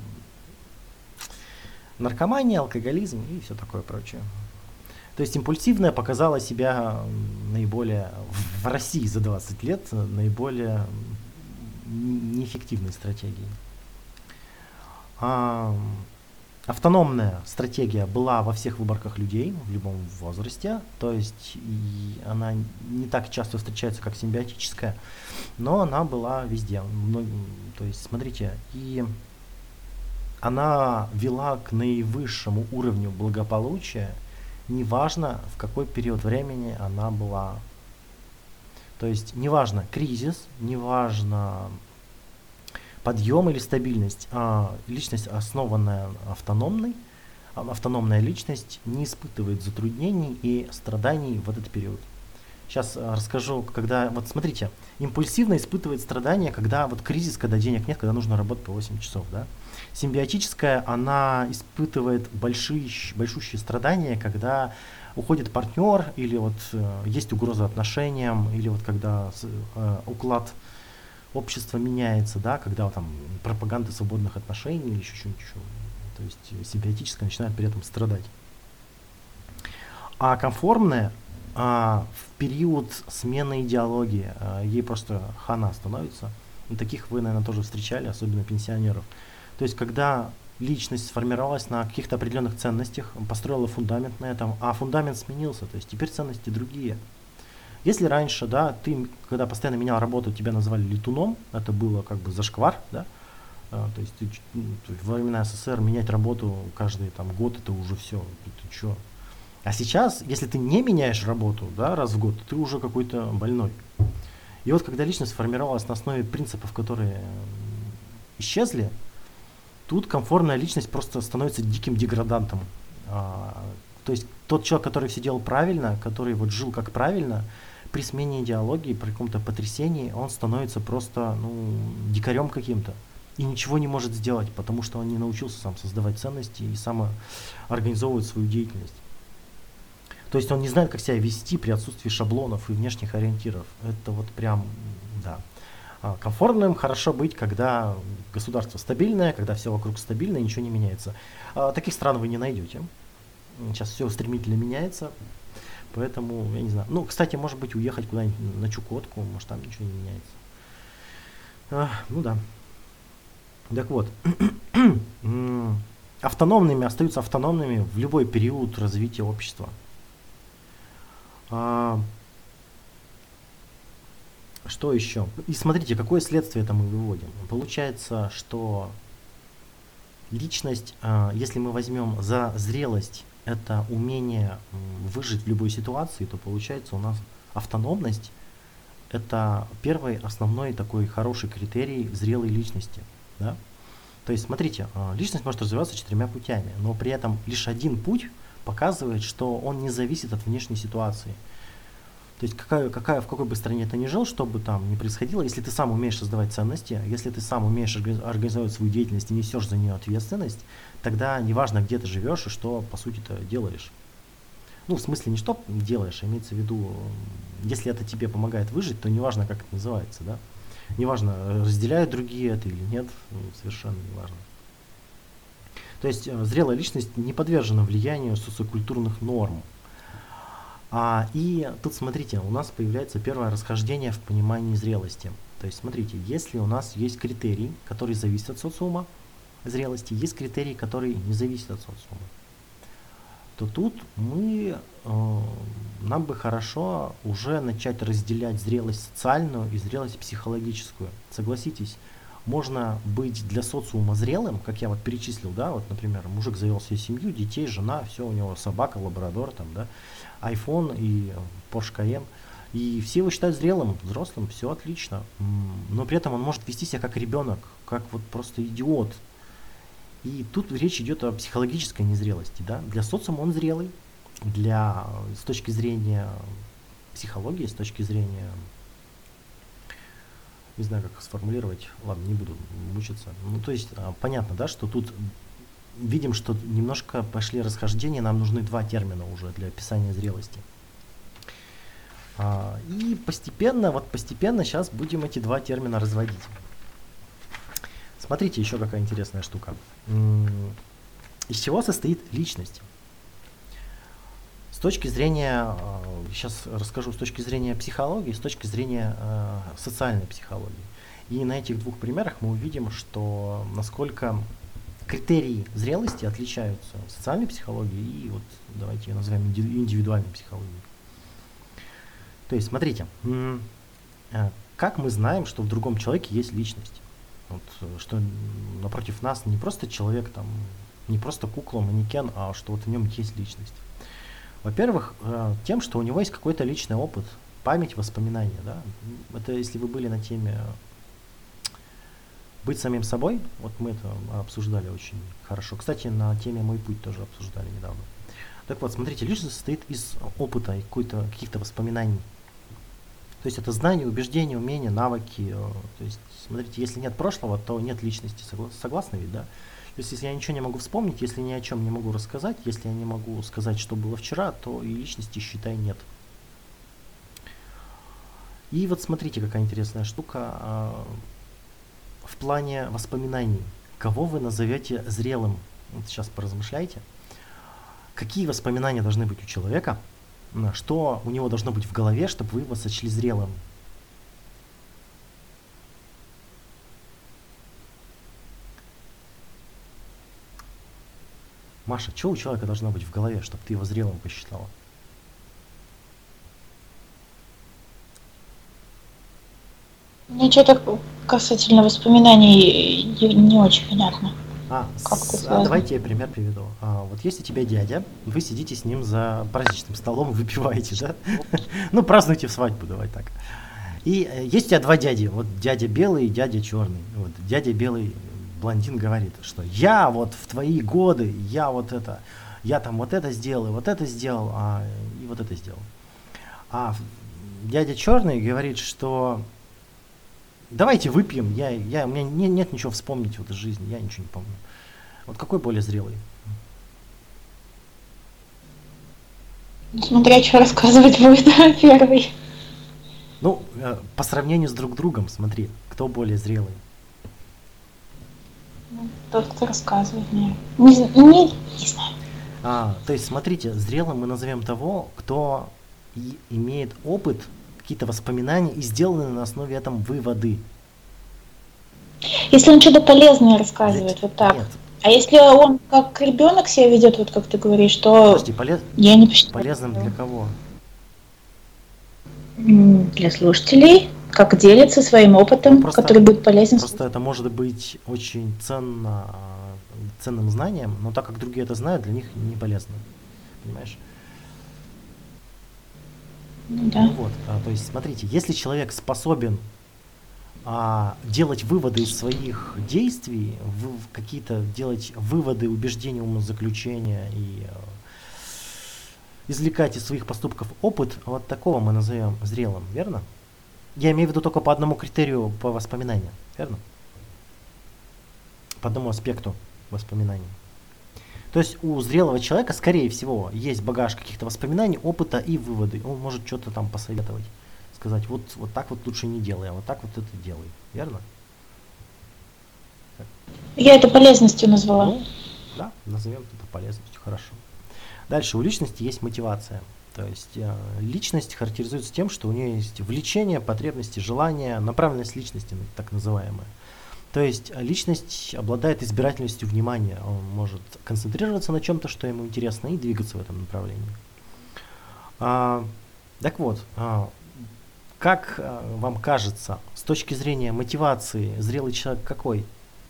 наркомания, алкоголизм и все такое прочее. То есть импульсивная показала себя наиболее, в России за 20 лет, наиболее неэффективной стратегией. Автономная стратегия была во всех выборках людей в любом возрасте, то есть она не так часто встречается, как симбиотическая, но она была везде. То есть смотрите, и она вела к наивысшему уровню благополучия, неважно, в какой период времени она была. То есть неважно кризис, неважно подъем или стабильность, личность, основанная автономная личность не испытывает затруднений и страданий в этот период. Сейчас расскажу, когда, вот смотрите, импульсивно испытывает страдания, когда вот кризис, когда денег нет, когда нужно работать по 8 часов, да. Симбиотическая, она испытывает большущие страдания, когда уходит партнер, или вот есть угроза отношениям, или вот когда уклад общества меняется, да, когда там пропаганда свободных отношений или еще что-нибудь еще. То есть симбиотическая начинает при этом страдать. А конформная в период смены идеологии ей просто хана становится. И таких вы, наверное, тоже встречали, особенно пенсионеров. То есть, когда личность сформировалась на каких-то определенных ценностях, построила фундамент на этом, а фундамент сменился, то есть теперь ценности другие. Если раньше, да, ты, когда постоянно менял работу, тебя называли летуном, это было как бы зашквар, да, то есть ты, во времена СССР менять работу каждый там год, это уже все, ты чё. А сейчас, если ты не меняешь работу, да, раз в год, ты уже какой-то больной. И вот когда личность сформировалась на основе принципов, которые исчезли, тут комфортная личность просто становится диким деградантом. То есть тот человек, который все делал правильно, который вот жил как правильно, при смене идеологии, при каком-то потрясении, он становится просто дикарем каким-то. И ничего не может сделать, потому что он не научился сам создавать ценности и сам организовывать свою деятельность. То есть он не знает, как себя вести при отсутствии шаблонов и внешних ориентиров. Это вот прям, да. Комфортным хорошо быть, когда государство стабильное, когда все вокруг стабильно и ничего не меняется. Таких стран вы не найдете. Сейчас все стремительно меняется, поэтому, я не знаю. Ну, кстати, может быть, уехать куда-нибудь на Чукотку, может, там ничего не меняется. Ну да. Так вот. Автономными остаются автономными в любой период развития общества. Что еще? И смотрите, какое следствие это мы выводим. Получается, что Личность, если мы возьмем за зрелость, это умение выжить в любой ситуации, то получается у нас автономность. Это первый основной такой хороший критерий зрелой личности. Да? То есть, смотрите, личность может развиваться 4 путями, но при этом лишь один путь показывает, что он не зависит от внешней ситуации. То есть, в какой бы стране ты ни жил, что бы там ни происходило, если ты сам умеешь создавать ценности, если ты сам умеешь организовать свою деятельность и несешь за нее ответственность, тогда неважно, где ты живешь и что, по сути, ты делаешь. Ну, в смысле, не что делаешь, а имеется в виду, если это тебе помогает выжить, то неважно, как это называется, да? Неважно, разделяют другие это или нет, совершенно неважно. То есть зрелая личность не подвержена влиянию социокультурных норм. И тут, смотрите, у нас появляется первое расхождение в понимании зрелости. То есть, смотрите, если у нас есть критерий, который зависит от социума зрелости, есть критерий, который не зависит от социума, то тут нам бы хорошо уже начать разделять зрелость социальную и зрелость психологическую. Согласитесь, можно быть для социума зрелым, как я вот перечислил, да, вот, например, мужик завел себе семью, детей, жена, все, у него собака, лабрадор, там, да, iPhone и Porsche Cayenne, и все его считают зрелым, взрослым, все отлично, но при этом он может вести себя как ребенок, как вот просто идиот. И тут речь идет о психологической незрелости, да, для социума он зрелый, с точки зрения психологии, с точки зрения, не знаю, как сформулировать, ладно, не буду мучиться. Ну, то есть, понятно, да, что тут видим, что немножко пошли расхождения, нам нужны 2 термина уже для описания зрелости. И постепенно сейчас будем эти 2 термина разводить. Смотрите, еще какая интересная штука. Из чего состоит личность? С точки зрения, сейчас расскажу с точки зрения психологии, с точки зрения социальной психологии. И на этих 2 примерах мы увидим, что насколько критерии зрелости отличаются в социальной психологии и вот давайте ее назовем индивидуальной психологией. То есть, смотрите, как мы знаем, что в другом человеке есть личность? Вот, что напротив нас не просто человек, там, не просто кукла, манекен, а что вот в нем есть личность. Во-первых, тем, что у него есть какой-то личный опыт, память, воспоминания. Да? Это если вы были на теме быть самим собой, вот мы это обсуждали очень хорошо. Кстати, на теме «Мой путь» тоже обсуждали недавно. Так вот, смотрите, личность состоит из опыта и каких-то воспоминаний. То есть это знания, убеждения, умения, навыки. То есть, смотрите, если нет прошлого, то нет личности. Согласны ведь, да? То есть если я ничего не могу вспомнить, если ни о чем не могу рассказать, если я не могу сказать, что было вчера, то и личности, считай, нет. И вот смотрите, какая интересная штука в плане воспоминаний. Кого вы назовете зрелым? Вот сейчас поразмышляйте. Какие воспоминания должны быть у человека? Что у него должно быть в голове, чтобы вы его сочли зрелым? Маша, что у человека должно быть в голове, чтобы ты его зрелым посчитала? Мне что-то касательно воспоминаний не очень понятно. Давайте я пример приведу. Вот есть у тебя дядя, вы сидите с ним за праздничным столом, выпиваете, да? Ну, празднуйте в свадьбу, давай так. И есть у тебя 2 дяди, вот дядя белый и дядя черный. Вот дядя белый, блондин, говорит, что я вот в твои годы, я там вот это сделал, и вот это сделал, и вот это сделал. А дядя черный говорит, что давайте выпьем, у меня нет ничего вспомнить в этой жизни, я ничего не помню. Вот какой более зрелый? Смотря что рассказывать будет первый. Ну, по сравнению с друг другом, смотри, кто более зрелый? Тот, кто рассказывает мне. Не знаю. То есть, смотрите, зрелым мы назовем того, кто имеет опыт, какие-то воспоминания и сделаны на основе этом выводы. Если он что-то полезное рассказывает, вот так. Нет. А если он как ребенок себя ведет, вот как ты говоришь, то я не посчитаю. Полезным для кого? Для слушателей, как делится своим опытом, который будет полезен. Просто это может быть очень ценно ценным знаниям, но так как другие это знают, для них не полезно. Понимаешь? Да. Ну вот, то есть смотрите, если человек способен делать выводы из своих действий, какие-то делать выводы, убеждения, умозаключения и извлекать из своих поступков опыт, вот такого мы назовем зрелым, верно? Я имею в виду только по одному критерию по воспоминаниям, верно? По одному аспекту воспоминаний. То есть у зрелого человека, скорее всего, есть багаж каких-то воспоминаний, опыта и выводы. Он может что-то там посоветовать, сказать, вот так вот лучше не делай, а вот так вот это делай, верно? Я это полезностью назвала. Ну, да, назовем это полезностью, хорошо. Дальше, у личности есть мотивация. То есть личность характеризуется тем, что у нее есть влечение, потребности, желания, направленность личности, так называемая. То есть личность обладает избирательностью внимания. Он может концентрироваться на чем-то, что ему интересно, и двигаться в этом направлении. Так вот, как вам кажется, с точки зрения мотивации, зрелый человек какой?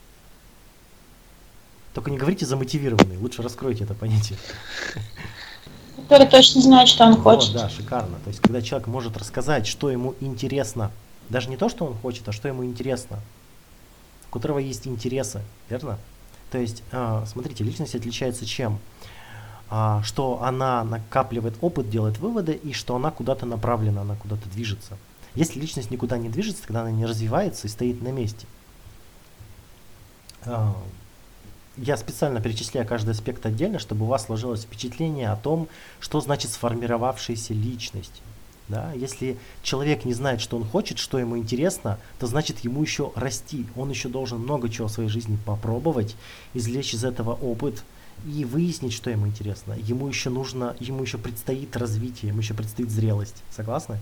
Только не говорите замотивированный, лучше раскройте это понятие. Который точно знает, что он хочет. Да, шикарно. То есть, когда человек может рассказать, что ему интересно, даже не то, что он хочет, а что ему интересно, у которого есть интересы, верно? То есть, смотрите, личность отличается чем? Что она накапливает опыт, делает выводы, и что она куда-то направлена, она куда-то движется. Если личность никуда не движется, тогда она не развивается и стоит на месте. Я специально перечисляю каждый аспект отдельно, чтобы у вас сложилось впечатление о том, что значит сформировавшаяся личность. Да? Если человек не знает, что он хочет, что ему интересно, то значит ему еще расти. Он еще должен много чего в своей жизни попробовать, извлечь из этого опыт и выяснить, что ему интересно. Ему еще предстоит развитие, ему еще предстоит зрелость. Согласны?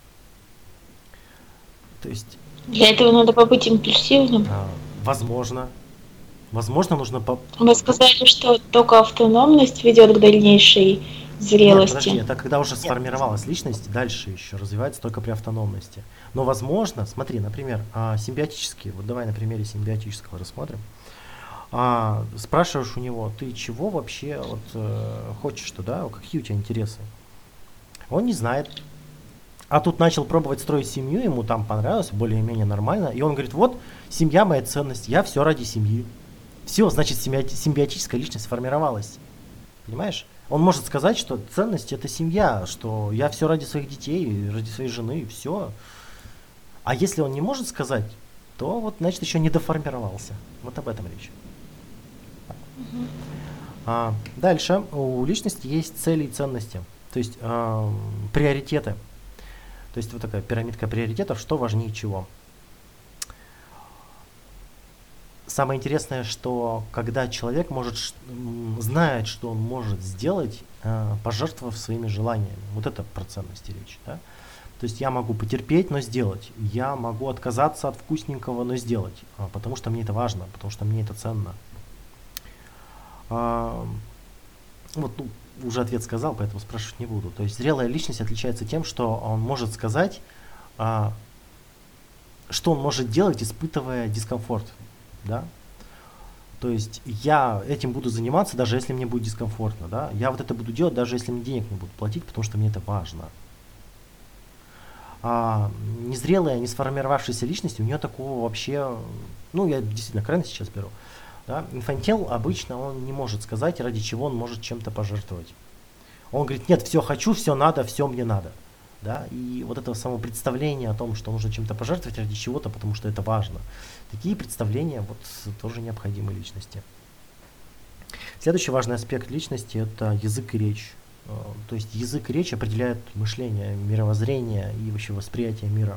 То есть... Для этого надо побыть импульсивным. Возможно. Возможно, нужно... Вы сказали, что только автономность ведет к дальнейшей зрелости. Нет, подожди, это когда уже сформировалась личность, дальше еще развивается только при автономности. Но возможно, смотри, например, симбиотические, вот давай на примере симбиотического рассмотрим. Спрашиваешь у него, ты чего вообще хочешь-то, да, какие у тебя интересы? Он не знает. А тут начал пробовать строить семью, ему там понравилось, более-менее нормально. И он говорит, вот, семья моя ценность, я все ради семьи. Все, значит, симбиотическая личность сформировалась. Понимаешь? Он может сказать, что ценность это семья, что я все ради своих детей, ради своей жены, все. А если он не может сказать, то вот, значит, еще не доформировался. Вот об этом речь. Дальше у личности есть цели и ценности, то есть приоритеты. То есть вот такая пирамидка приоритетов, что важнее чего. Самое интересное, что когда человек знает, что он может сделать, пожертвовав своими желаниями. Вот это про ценности речь. Да? То есть я могу потерпеть, но сделать. Я могу отказаться от вкусненького, но сделать. Потому что мне это важно, потому что мне это ценно. Уже ответ сказал, поэтому спрашивать не буду. То есть зрелая личность отличается тем, что он может сказать, что он может делать, испытывая дискомфорт. Да? То есть я этим буду заниматься, даже если мне будет дискомфортно. Да? Я вот это буду делать, даже если мне денег не будут платить, потому что мне это важно. Незрелая, не сформировавшаяся личность, у нее такого вообще, я действительно крайность сейчас беру. Да? Инфантил обычно он не может сказать, ради чего он может чем-то пожертвовать. Он говорит, нет, все хочу, все надо, все мне надо. Да? И вот это само представление о том, что нужно чем-то пожертвовать ради чего-то, потому что это важно. Такие представления тоже необходимы личности. Следующий важный аспект личности – это язык и речь. То есть язык и речь определяют мышление, мировоззрение и вообще восприятие мира.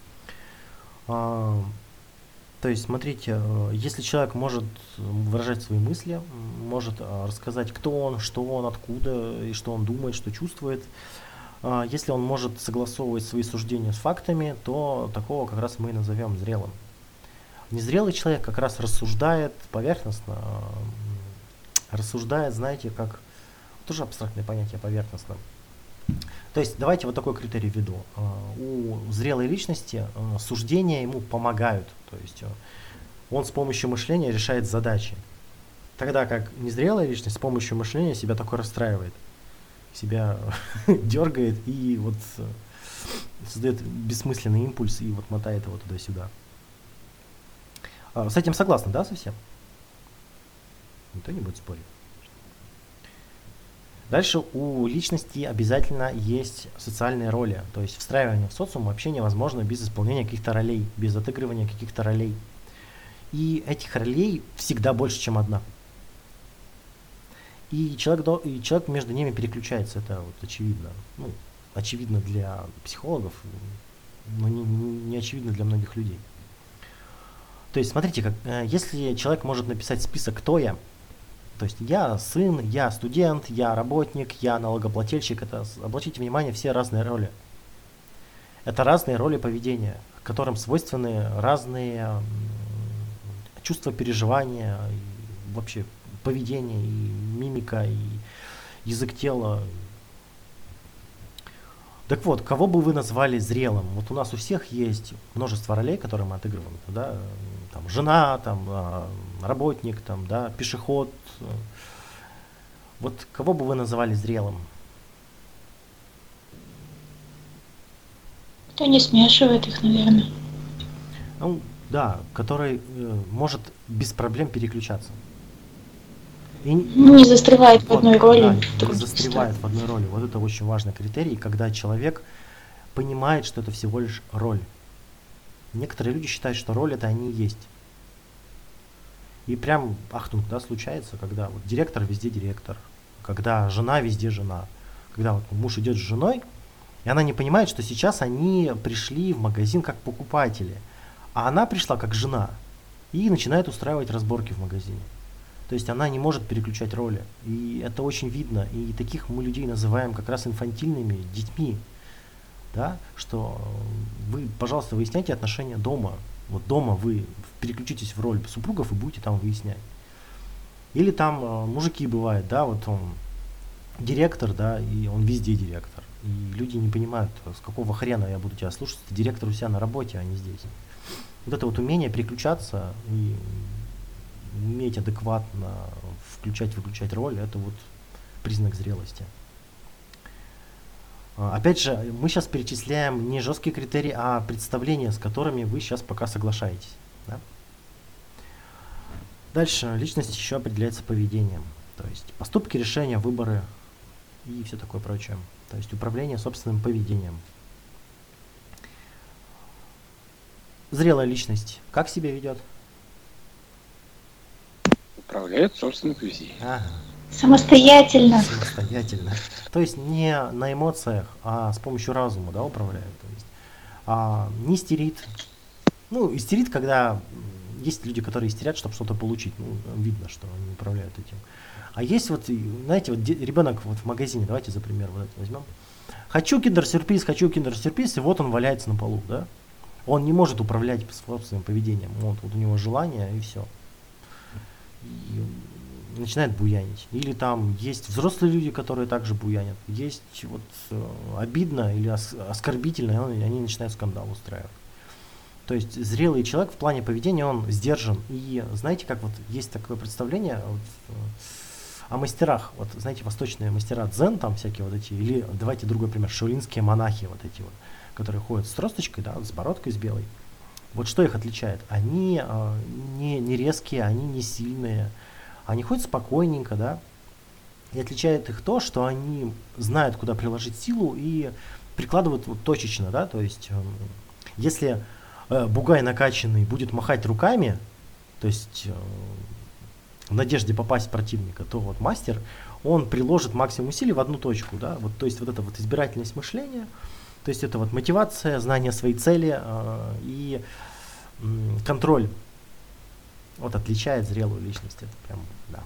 То есть, смотрите, если человек может выражать свои мысли, может рассказать, кто он, что он, откуда, и что он думает, что чувствует, если он может согласовывать свои суждения с фактами, то такого как раз мы и назовем зрелым. Незрелый человек как раз рассуждает поверхностно, рассуждает, знаете, как... Тоже абстрактное понятие поверхностно. То есть давайте вот такой критерий введу. У зрелой личности суждения ему помогают. То есть он с помощью мышления решает задачи. Тогда как незрелая личность с помощью мышления себя такое расстраивает, себя дергает и вот создает бессмысленный импульс и вот мотает его туда-сюда. С этим согласны, да, совсем? Никто не будет спорить. Дальше у личности обязательно есть социальные роли, то есть встраивание в социум вообще невозможно без исполнения каких-то ролей, без отыгрывания каких-то ролей. И этих ролей всегда больше, чем одна. И человек между ними переключается, это вот очевидно. Ну, очевидно для психологов, но не очевидно для многих людей. То есть, смотрите, если человек может написать список «кто я», то есть я сын, я студент, я работник, я налогоплательщик, обратите внимание, все разные роли. Это разные роли поведения, которым свойственны разные чувства, переживания, и вообще поведение, и мимика, и язык тела. Так вот, кого бы вы назвали зрелым? Вот у нас у всех есть множество ролей, которые мы отыгрываем. Да? Там, жена, там, работник, там, да, пешеход. Вот кого бы вы называли зрелым? Кто не смешивает их, наверное. Ну, да, который может без проблем переключаться. И не застревает в одной роли. Да, не застревает в одной роли. Вот это очень важный критерий, когда человек понимает, что это всего лишь роль. Некоторые люди считают, что роль это они и есть. И прям, ахтунг, да, случается, когда вот директор везде директор, когда жена везде жена, когда вот муж идет с женой, и она не понимает, что сейчас они пришли в магазин как покупатели, а она пришла как жена и начинает устраивать разборки в магазине. То есть она не может переключать роли. И это очень видно. И таких мы людей называем как раз инфантильными детьми. Да? Что вы, пожалуйста, выясняйте отношения дома. Вот дома вы переключитесь в роль супругов и будете там выяснять. Или там мужики бывают, да, вот он директор, да, и он везде директор. И люди не понимают, с какого хрена я буду тебя слушать, ты директор у себя на работе, а не здесь. Вот это вот умение переключаться и уметь адекватно включать-выключать роль, это вот признак зрелости. Опять же, мы сейчас перечисляем не жесткие критерии, а представления, с которыми вы сейчас пока соглашаетесь. Да? Дальше личность еще определяется поведением. То есть поступки, решения, выборы и все такое прочее. То есть управление собственным поведением. Зрелая личность как себя ведет? Управляет собственным поведением. Ага. Самостоятельно. Самостоятельно. То есть не на эмоциях, а с помощью разума, да, управляет. То есть, не истерит. Ну, истерит, когда есть люди, которые истерят, чтобы что-то получить. Ну, видно, что они управляют этим. А есть вот, знаете, вот ребенок вот в магазине, давайте за пример вот это возьмем. Хочу киндер-сюрприз, и вот он валяется на полу, да. Он не может управлять собственным поведением. Вот у него желание и все. И начинает буянить. Или там есть взрослые люди, которые также буянят. Есть вот обидно или оскорбительно, и они начинают скандал устраивать. То есть зрелый человек в плане поведения, он сдержан. И знаете, как вот есть такое представление вот, о мастерах. Вот знаете, восточные мастера дзен там всякие вот эти, или давайте другой пример, шаолинские монахи вот эти вот, которые ходят с тросточкой, да, с бородкой с белой. Вот что их отличает? Они не резкие, они не сильные, они ходят спокойненько, да, и отличает их то, что они знают, куда приложить силу и прикладывают вот точечно, да, то есть если бугай накачанный будет махать руками, то есть в надежде попасть в противника, то вот мастер, он приложит максимум усилий в одну точку, да, вот, то есть вот это вот избирательность мышления, то есть это вот мотивация, знание своей цели и контроль. Вот отличает зрелую личность. Это прям, да.